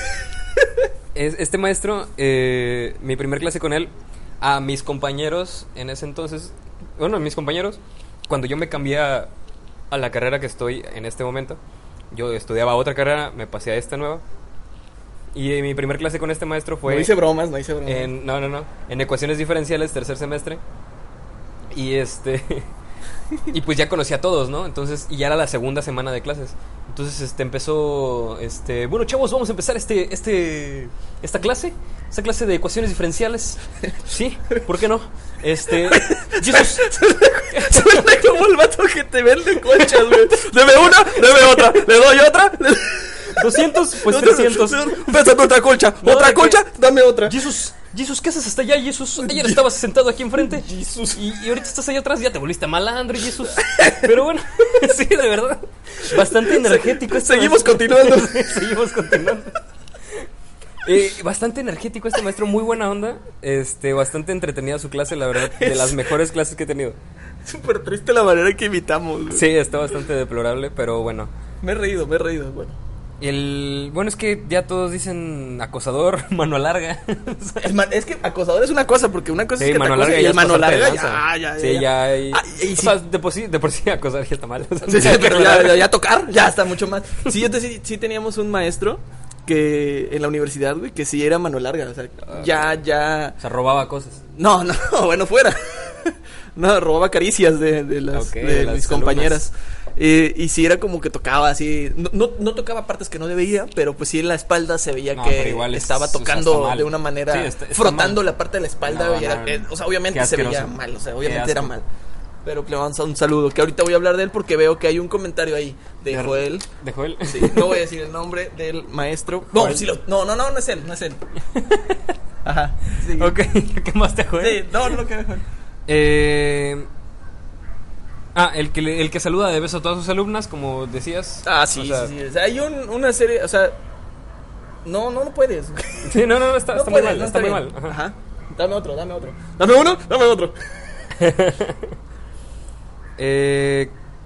Es- Este maestro, eh, mi primer clase con él, a mis compañeros en ese entonces, bueno, mis compañeros, cuando yo me cambié a, a la carrera que estoy en este momento, yo estudiaba otra carrera, me pasé a esta nueva. Y eh, mi primer clase con este maestro fue... No hice bromas, no hice bromas. En, no, no, no. En ecuaciones diferenciales, tercer semestre. Y este... y pues ya conocí a todos, ¿no? Entonces, y ya era la segunda semana de clases. Entonces, este, empezó, este... Bueno, chavos, vamos a empezar este, este... Esta clase. Esta clase de ecuaciones diferenciales. ¿Sí? ¿Por qué no? Este... Jesús. Suena como el vato que te vende conchas, güey. Deme una, deme otra, le doy otra. doscientos, pues trescientos. Pésate otra colcha, No, otra de colcha, dame otra. Jesús, Jesús, ¿qué haces hasta allá, Jesús? Ayer estabas sentado aquí enfrente Jesús. Y, y ahorita estás allá atrás, ya te volviste malandro, Jesús. Pero bueno, sí, de verdad. Bastante energético este Seguimos maestro. continuando. Seguimos continuando. Eh, bastante energético este maestro, muy buena onda. Este, bastante entretenida su clase, la verdad. De las mejores clases que he tenido. Súper triste la manera que imitamos, güey. Sí, está bastante deplorable, pero bueno. Me he reído, me he reído, bueno. El, bueno, es que ya todos dicen acosador, mano larga. El man- es que acosador es una cosa, porque una cosa Sí, es que mano te acosen larga y ya el es mano pasarte de larga, lanza. ya, ya, Sí, ya hay... Ah, y o sí. sea, de por sí, de por sí acosar ya está mal. O sea, Sí, sí, ya pero que ya, aclarar. ya, ya tocar, ya está mucho más. Sí, yo te- sí, sí teníamos un maestro que en la universidad, güey, que sí era mano larga, o sea, ya, ya... O sea, robaba cosas. No, no, bueno, fuera. No, robaba caricias de, de las Ok, de de las mis compañeras. Eh, y sí era como que tocaba así, no, no, no tocaba partes que no debía, pero pues sí en la espalda se veía No, que pero igual es- estaba o sea, tocando está mal. de una manera, Sí, está- está frotando mal. la parte de la espalda, No, y era- no, eh, o sea, obviamente qué se veía asqueroso. mal, o sea, Qué obviamente era asco. mal. Pero le vamos a un saludo, que ahorita voy a hablar de él porque veo que hay un comentario ahí de De- Joel. ¿De Joel? Sí, no voy a decir el nombre del maestro. No, Joel. sí lo- no, no, no, no es él, no es él. Ajá. Sí. Ok, ¿qué más te Joel? Sí, no, no, que Joel. Eh... Ah, el que, le- el que saluda de beso a todas sus alumnas, como decías. Ah, sí, O sea, sí, sí. O sea, hay un, una serie, o sea, no, no, no puedes. Sí, no, no, no, está, No está muy puedes, mal, no está muy bien. mal. Ajá. Ajá. Dame otro, dame otro. Dame uno, dame otro. Eh...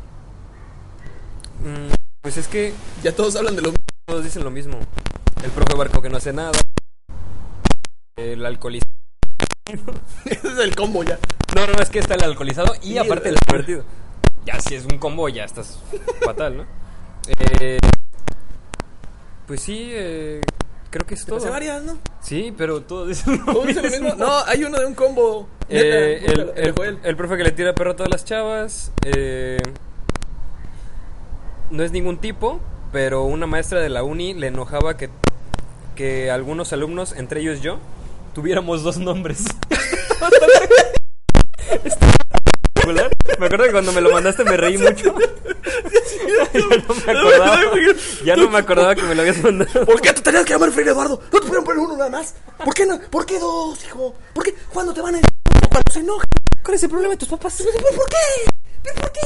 mm, Pues es que Ya todos hablan de lo mismo. todos dicen lo mismo. El profe Barco que no hace nada. El alcoholizado. Ese es el combo ya. No, no, no, es que está el alcoholizado y Sí, aparte el- el divertido. Ya si es un combo ya estás fatal, ¿no? Eh, pues sí, eh, creo que es Te todo. pasé varias, ¿no? Sí, pero todos dicen lo ¿Todos dicen lo mismo. mismo? No, hay uno de un combo. Eh, Neta, el, búscalo, el, Joel. el profe que le tira perro a todas las chavas. Eh, no es ningún tipo, pero una maestra de la uni le enojaba que, que algunos alumnos, entre ellos yo, tuviéramos dos nombres. Espectacular. Me acuerdo que cuando me lo mandaste me reí mucho. Ya no me acordaba. Ya no me acordaba que me lo habías mandado. ¿Por qué te tenías que llamar Freddy Eduardo? ¿No te pudieron poner uno nada más? ¿Por qué no? ¿Por qué dos, hijo? ¿Por qué? ¿Cuándo te van a decir cuando se enojan? ¿Cuál es el problema de tus papás? ¿Pero por qué? ¿Pero por qué?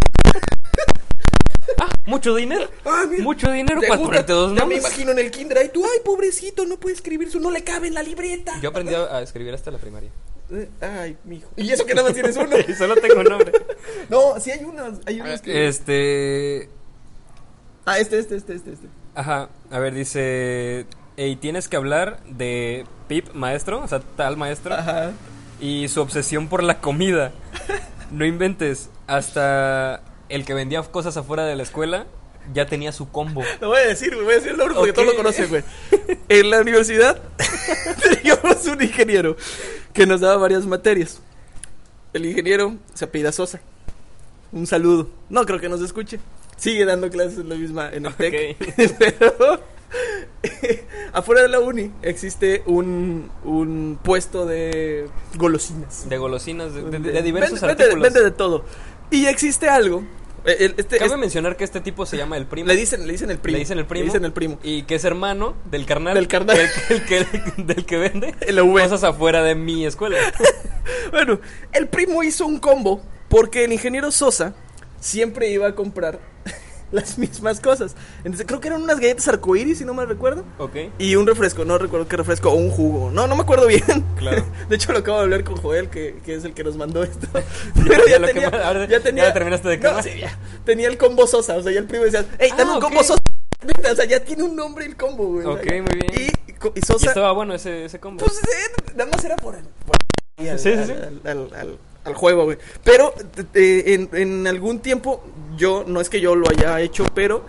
Ah, mucho dinero. Ah, mira. Mucho dinero ¿Te para gusta? ponerte dos Ya me nombres. imagino en el kinder ahí tú, ay, pobrecito, no puede escribir su, no le cabe en la libreta. Yo aprendí a a escribir hasta la primaria. Eh, Ay, mijo. Y eso que nada más tienes uno. Y solo tengo un nombre. No, sí hay unos, hay unos que... Este. Ah, este, este, este, este, este. Ajá, a ver, dice. Ey, tienes que hablar de Pip, maestro, o sea, tal maestro, Ajá. y su obsesión por la comida. No inventes, hasta el que vendía cosas afuera de la escuela ya tenía su combo. Lo voy a decir, güey, voy a decir el nombre porque Ok. todos lo conocen, güey. En la universidad teníamos un ingeniero que nos daba varias materias. El ingeniero se apellida Sosa. Un saludo. No creo que nos escuche. Sigue dando clases en la misma, en el TEC. Pero afuera de la uni existe un, un puesto de golosinas. De golosinas, de, de- de diversos vende, artículos. Vende de todo. Y existe algo. eh, el- Este, Cabe es- mencionar que este tipo se llama el primo. le dicen, le dicen el primo. Le dicen el primo. Le dicen el primo. Y que es hermano del carnal. Del carnal. Del, que- del que vende El V. cosas afuera de mi escuela. Bueno, el primo hizo un combo porque el ingeniero Sosa siempre iba a comprar las mismas cosas. Entonces creo que eran unas galletas arcoíris, si no me recuerdo. Ok. Y un refresco, no recuerdo qué refresco, o un jugo. No, no me acuerdo bien. Claro. De hecho, lo acabo de hablar con Joel, que, que es el que nos mandó esto. Pero ya, ya, tenía, que, ahora, ya tenía. Ya terminaste de no, sí, ya, tenía el combo Sosa. O sea, ya el primo decía, hey, dame ah, un okay. combo Sosa. O sea, ya tiene un nombre el combo, güey. Ok, muy bien. Y, y Sosa. Y estaba bueno ese, ese combo. Pues eh, nada más era por el. Por el sí, al, sí, sí. Al, al, al, al juego, güey. Pero eh, en, en algún tiempo, yo, no es que yo lo haya hecho, pero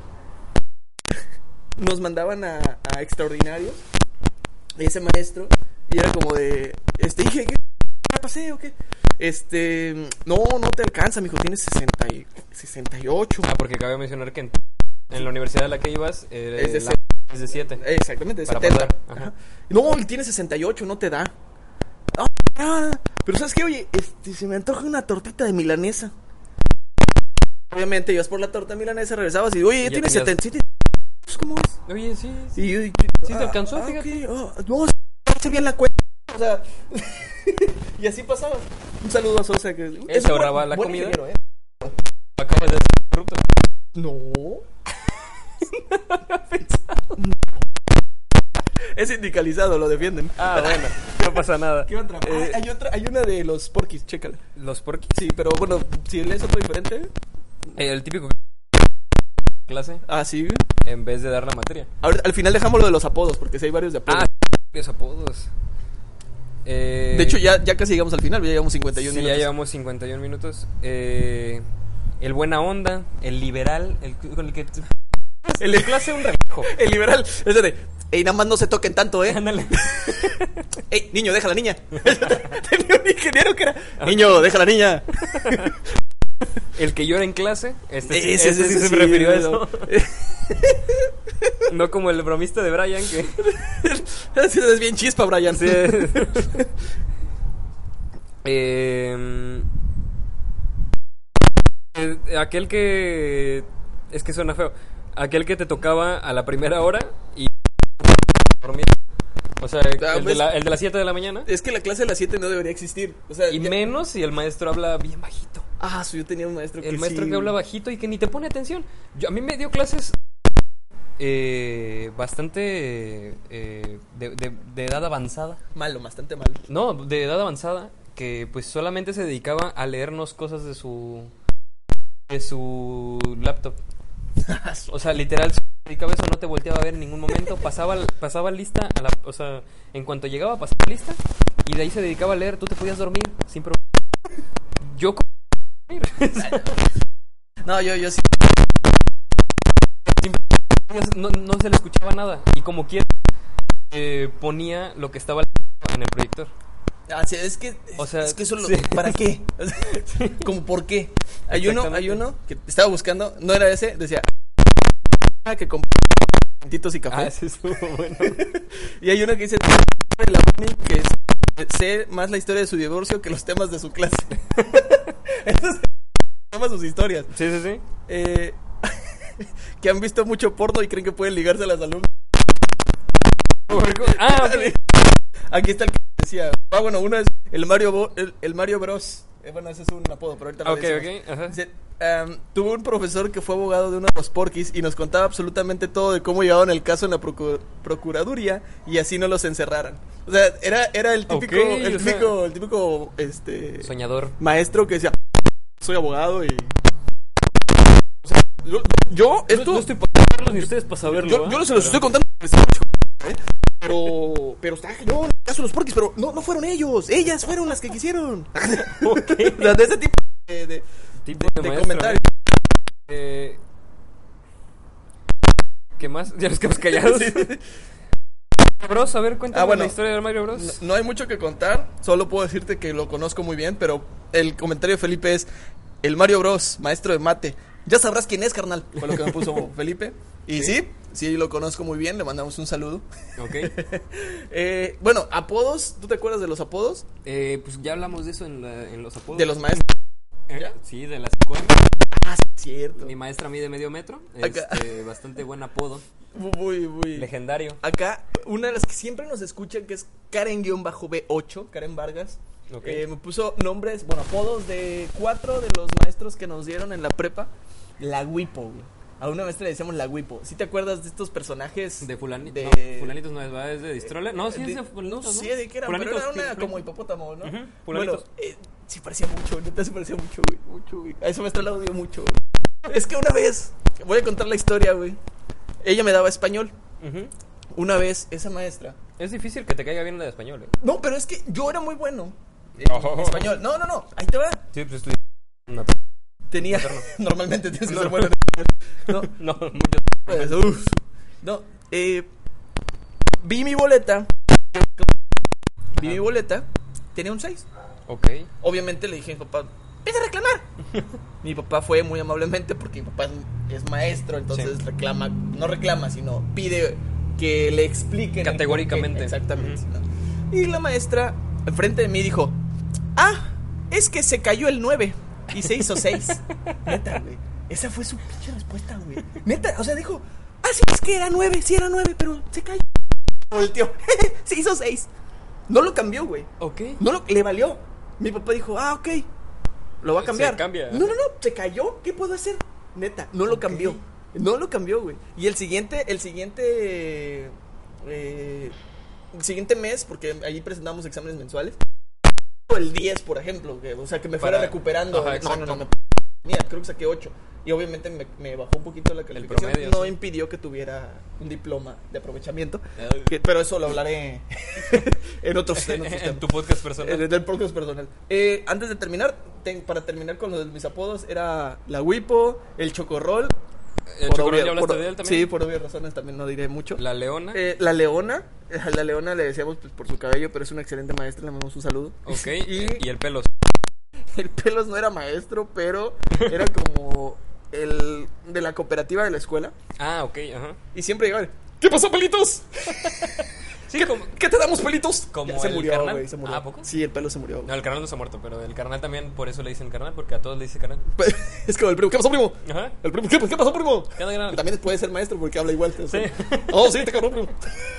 nos mandaban a, a extraordinarios. Y ese maestro, y era como de, este, dije, ¿qué, ¿qué pasé o qué? Este, no, no te alcanza, mijo, tienes sesenta y, sesenta y ocho. Ah, porque cabe mencionar que en, en la universidad a la que ibas eh, es de la, es de siete. Exactamente, de para setenta. Ajá. Ajá. No, y tienes sesenta y ocho, no te da. Ah, ah, pero ¿sabes qué? Oye, este, se me antoja una tortita de milanesa. Obviamente ibas por la torta milanesa, regresabas y, oye, ya, ya tienes tenías... setenta y siete. ¿Cómo es? Oye, sí. Sí, y, y, sí te alcanzó, ah, fíjate. Okay, oh, no, se bien la cuenta. O sea, y así pasaba. Un saludo a Sosa. Que es se ahorraba la comida. ¿eh? Acaba de ser corrupto. No. no. Es sindicalizado, lo defienden. Ah, bueno, no pasa nada. ¿Qué otra? Eh, ah, hay otra, hay una de los porquis, chécala. ¿Los porquis? Sí, pero bueno, si lees otro diferente. Eh, el típico clase. Ah, sí. En vez de dar la materia. Ahora, al final dejamos lo de los apodos, porque si hay varios de apodos. Ah, varios apodos. Eh, de hecho, ya, ya casi llegamos al final, ya llevamos cincuenta y uno sí, minutos. Sí, ya llevamos cincuenta y uno minutos. Eh, el buena onda, el liberal, el con el que... El de clase un relajo. El liberal, ese de, ey, nada más no se toquen tanto, ¿eh? Ándale. Ey, niño, deja a la niña. Tenía un ingeniero que era, niño, deja a la niña. El que llora en clase, este sí, ese, este ese, sí ese se sí, refirió a eso. No como el bromista de Brian, que... Es bien chispa, Brian. Sí. eh, aquel que... Es que suena feo. Aquel que te tocaba a la primera hora y dormir. O sea, ah, el, pues, de la, el de las siete de la mañana. Es que la clase de las siete no debería existir. O sea, y ya... menos si el maestro habla bien bajito. Ah, yo tenía un maestro que El maestro sí... que habla bajito y que ni te pone atención. Yo, a mí me dio clases eh, bastante eh, de, de, de edad avanzada. Malo, bastante malo. No, de edad avanzada, que pues solamente se dedicaba a leernos cosas de su de su laptop. O sea, literal, se dedicaba a eso, no te volteaba a ver en ningún momento. Pasaba, pasaba lista, a la, o sea, en cuanto llegaba, pasaba lista y de ahí se dedicaba a leer. Tú te podías dormir sin problema. Yo No, yo, yo sí. No, no se le escuchaba nada. Y como quiera, eh, ponía lo que estaba en el proyector. Ah, sí, es que, o sea, es que eso lo, sí. ¿para qué? Como por qué. Hay uno, hay uno que estaba buscando, no era ese, decía que compró tintitos y café. Ah, sí, estuvo bueno. Y hay uno que dice la Moni que sé más la historia de su divorcio que los temas de su clase. Entonces, toma sus historias. Sí, sí, sí. Eh, que han visto mucho porno y creen que pueden ligarse a las alumnas. Ah, okay. Aquí está el que decía. Ah, bueno, uno es el Mario Bo, el, el Mario Bros. Eh, bueno, ese es un apodo, pero ahorita lo okay, decimos. Okay, ajá. Dice, um, tuvo un profesor que fue abogado de uno de los porquis y nos contaba absolutamente todo de cómo llevaban el caso en la procur- procuraduría y así no los encerraran. O sea, era, era el típico, okay, el típico, sea, el típico, este, soñador maestro que decía, soy abogado y, o sea, yo, yo esto, no, no estoy para saberlo ni ustedes para saberlo. Yo, ¿eh? yo no se los pero... estoy contando, ¿eh? Pero, pero está yo, en el caso de los porquis, pero no, no fueron ellos, ellas fueron las que quisieron. Okay. O sea, de ese tipo de, de, tipo de, de, de maestro, comentarios. Eh, ¿Qué más? Ya nos quedamos callados. Sí. Bros, a ver, cuéntame ah, bueno, la historia de Mario Bros. No, no hay mucho que contar, solo puedo decirte que lo conozco muy bien, pero el comentario de Felipe es, el Mario Bros, maestro de mate. Ya sabrás quién es, carnal, fue lo que me puso Felipe. Y sí, sí, sí lo conozco muy bien, le mandamos un saludo. Ok. eh, bueno, apodos, ¿tú te acuerdas de los apodos? Eh, pues ya hablamos de eso en, la, en los apodos. De los maestros. ¿Eh? Sí, de la escuela. Ah, cierto. Mi maestra mide medio metro, este, bastante buen apodo. Muy, muy legendario. Acá, una de las que siempre nos escuchan, que es Karen-B ocho, Karen Vargas. Okay. Eh, me puso nombres, bueno, apodos de cuatro de los maestros que nos dieron en la prepa. La Wipo, güey. A una maestra le decíamos la Wipo. ¿Sí te acuerdas de estos personajes? De fulanitos. De... No, fulanitos no es, ¿va? Es de Distrole. No, sí de, es de fulanitos. No sé de qué era, pero era una como hipopótamo, ¿no? Uh-huh, bueno, eh, sí parecía mucho, neta, sí parecía mucho, güey. Mucho, güey. A esa maestra la odio mucho, güey. Es que una vez, voy a contar la historia, güey. Ella me daba español. Uh-huh. Una vez, esa maestra. Es difícil que te caiga bien la de español, ¿eh? No, pero es que yo era muy bueno en oh. español. No, no, no, ahí te va. Sí, pues estoy... No. Tenía... Normalmente tienes que no. ser bueno en español. No, no, mucho. Pues, uf. No, eh... vi mi boleta. Vi ah. mi boleta. Tenía un seis. Ok. Obviamente le dije a mi papá, ¡vete a reclamar! Mi papá fue muy amablemente porque mi papá es, es maestro, entonces sí. reclama, no reclama, sino pide que le expliquen. Categóricamente. Exactamente. Uh-huh. ¿no? Y la maestra, enfrente de mí, dijo, ah, es que se cayó el nueve y se hizo seis. Neta, güey. Esa fue su pinche respuesta, güey. Neta, o sea, dijo, ah, sí, es que era nueve, sí era nueve, pero se cayó. Volteó, se hizo seis. No lo cambió, güey. Ok. No lo, le valió. Mi papá dijo, ah, ok, lo va a cambiar. Se cambia. No, no, no, se cayó. ¿Qué puedo hacer? Neta, no lo okay. cambió. No lo cambió, güey. Y el siguiente, el siguiente, eh, el siguiente mes, porque ahí presentamos exámenes mensuales, el diez, por ejemplo, que, o sea, que me fuera Para... recuperando. Ajá, no, no, no, me... mira, creo que saqué ocho. Y obviamente me, me bajó un poquito la calificación. Promedio, no sí. impidió que tuviera un diploma de aprovechamiento. Que, pero eso lo hablaré en otros, en, otros en tu podcast personal. En el podcast personal. Eh, antes de terminar, ten, para terminar con los de mis apodos, era la Wipo, el Chocorrol. ¿El Chocorrol ya hablaste por, de él también? Sí, por obvias razones también no diré mucho. La Leona. Eh, la Leona. A la Leona le decíamos pues, por su cabello, pero es una excelente maestra, le mandamos un saludo. Ok, y, y el Pelos. El Pelos no era maestro, pero era como el de la cooperativa de la escuela. Ah, ok, ajá. Y siempre llegaba, ¿qué pasó, Pelitos? Sí, ¿Qué, como, ¿Qué te damos, Pelitos? Como ya, se el murió, carnal. Güey, se murió. ¿Ah, poco? Sí, el Pelos se murió. Güey. No, el carnal no se ha muerto, pero el carnal también, por eso le dicen carnal, porque a todos le dice carnal. Es como el primo, ¿qué pasó, primo? Ajá. El primo, ¿qué, ¿qué pasó, primo? ¿Qué onda, también puede ser maestro porque habla igual. Sí. Oh, sí, te cabrón, primo.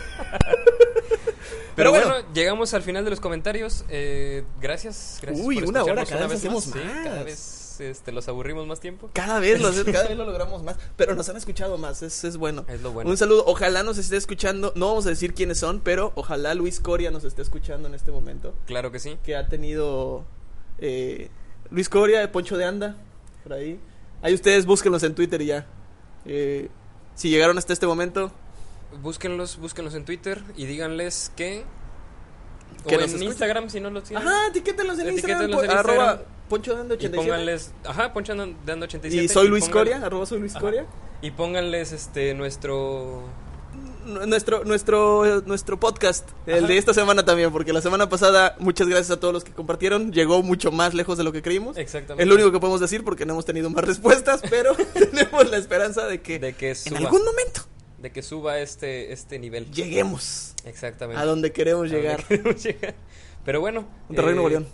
Pero, Pero bueno, bueno, llegamos al final de los comentarios. Eh, gracias, gracias. Uy, por una hora, cada una vez hacemos más. más. Sí, cada vez este, los aburrimos más tiempo. Cada vez, lo, cada vez lo logramos más. Pero nos han escuchado más, es, es bueno. Es lo bueno. Un saludo, ojalá nos esté escuchando. No vamos a decir quiénes son, pero ojalá Luis Coria nos esté escuchando en este momento. Claro que sí. Que ha tenido eh, Luis Coria, Poncho de Anda, por ahí. Ahí ustedes búsquenlos en Twitter y ya. Eh, si llegaron hasta este momento, búsquenlos, búsquenlos en Twitter y díganles que... Que o en escucha. Instagram si no los tienen. Ajá, etiquétenlos en Instagram, po- en arroba Instagram. Poncho de Anda ochenta y siete. Y pónganles, ajá, Poncho de Anda ochenta y siete. Y soy Luis y Coria, arroba soy Luis ajá. Coria. Y pónganles este nuestro... Nuestro, nuestro, nuestro podcast, el ajá. de esta semana también, porque la semana pasada, muchas gracias a todos los que compartieron, llegó mucho más lejos de lo que creímos. Exactamente. Es lo único que podemos decir porque no hemos tenido más respuestas, pero tenemos la esperanza de que, de que suba, en algún momento de que suba este, este nivel. Lleguemos. Exactamente. A donde queremos a llegar. Donde queremos llegar. Pero bueno. Monterrey, eh, Nuevo León.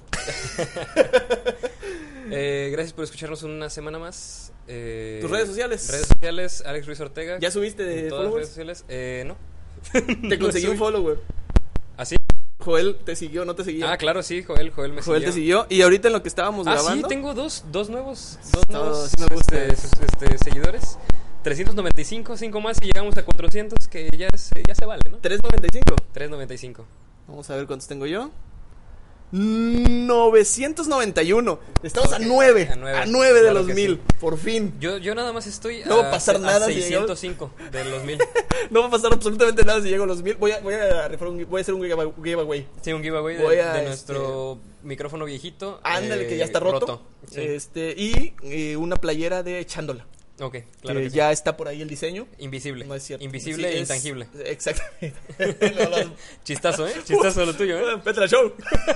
eh, gracias por escucharnos una semana más. Eh, ¿Tus redes sociales? Redes sociales, Alex Ruiz Ortega. ¿Ya subiste de todas las followers? redes sociales? Eh, no. Te conseguí no un follower. ¿Ah, sí? Joel te siguió, no te seguía. Ah, claro, sí, Joel, Joel me Joel siguió. te siguió. Y ahorita en lo que estábamos ah, grabando. sí, tengo dos, dos nuevos, dos No, nuevos sí me gusta. este, este, seguidores. trescientos noventa y cinco, cinco más y llegamos a cuatrocientos, que ya se, ya se vale, ¿no? ¿tres noventa y cinco? tres noventa y cinco. Vamos a ver cuántos tengo yo. novecientos noventa y uno. Estamos okay. a nueve. A nueve, a nueve de claro los mil. Sí. Por fin. Yo, yo nada más estoy no va a pasar a, nada a seiscientos cinco si de los mil. No va a pasar absolutamente nada si llego a los mil. Voy a, voy a, un, voy a hacer un giveaway. Sí, un giveaway de, a, de nuestro este... micrófono viejito. Ándale, eh, que ya está roto. roto. Sí. Este, y eh, una playera de Echándola. Ok, claro. Que que ya sí. está por ahí el diseño. Invisible. No es cierto. Invisible sí, e es... intangible. Exactamente. Chistazo, ¿eh? Chistazo lo tuyo, ¿eh? Petra Show.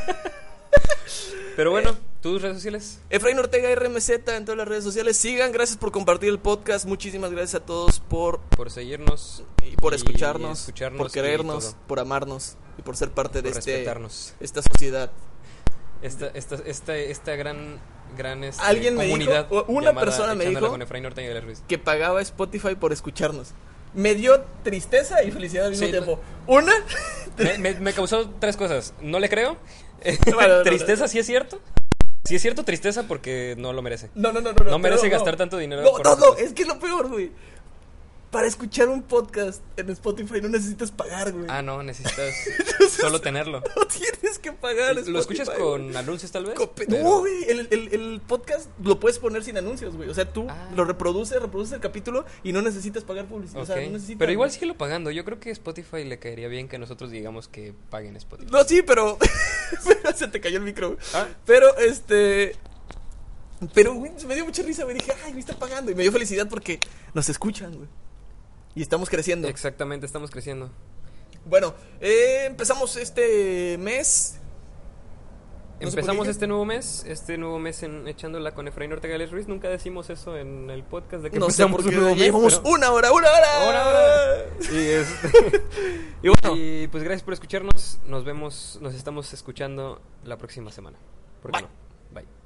Pero bueno, ¿tus redes sociales? Efraín Ortega R M Z en todas las redes sociales. Sigan, gracias por compartir el podcast. Muchísimas gracias a todos por Por seguirnos y por escucharnos, y escucharnos por querernos, por amarnos y por ser parte por de este esta sociedad. Esta esta esta esta gran gran este, Alguien me comunidad dijo, una persona me dijo con Efraín Ortega y la Ruiz. que pagaba Spotify por escucharnos. Me dio tristeza y felicidad al mismo sí, tiempo. Una me, me, me causó tres cosas. No le creo. Bueno, Tristeza, no, no. sí es cierto. Si es cierto, tristeza porque no lo merece. No, no, no, no. No merece pero, gastar no. tanto dinero. No, por no, no, nosotros. es que es lo peor, güey. Para escuchar un podcast en Spotify no necesitas pagar, güey. Ah, no, necesitas Entonces, solo tenerlo. No tienes que pagar. ¿Lo Spotify, escuchas con güey. anuncios tal vez? Con pe- Pero- No, güey, el, el, el podcast lo puedes poner sin anuncios, güey. O sea, tú Ah. lo reproduces, reproduces el capítulo y no necesitas pagar publicidad. Ok. O sea, no necesitas. Pero igual síguelo pagando. Yo creo que Spotify le caería bien que nosotros digamos que paguen Spotify. No, sí, pero. pero se te cayó el micro, güey. Ah. Pero, este. Pero, güey, me dio mucha risa, güey. Dije, ay, me está pagando. Y me dio felicidad porque nos escuchan, güey. Y estamos creciendo. Exactamente, estamos creciendo. Bueno, eh, empezamos este mes. No sé por Empezamos qué. este nuevo mes, este nuevo mes en Echándola con Efraín Ortega Gales Ruiz. Nunca decimos eso en el podcast de que No sé empezamos por qué. un nuevo mes, Llevamos pero- una hora, una hora. Ahora, ahora. Y, este- Y bueno, y pues gracias por escucharnos. Nos vemos, nos estamos escuchando la próxima semana. ¿Por qué Bye. no? Bye.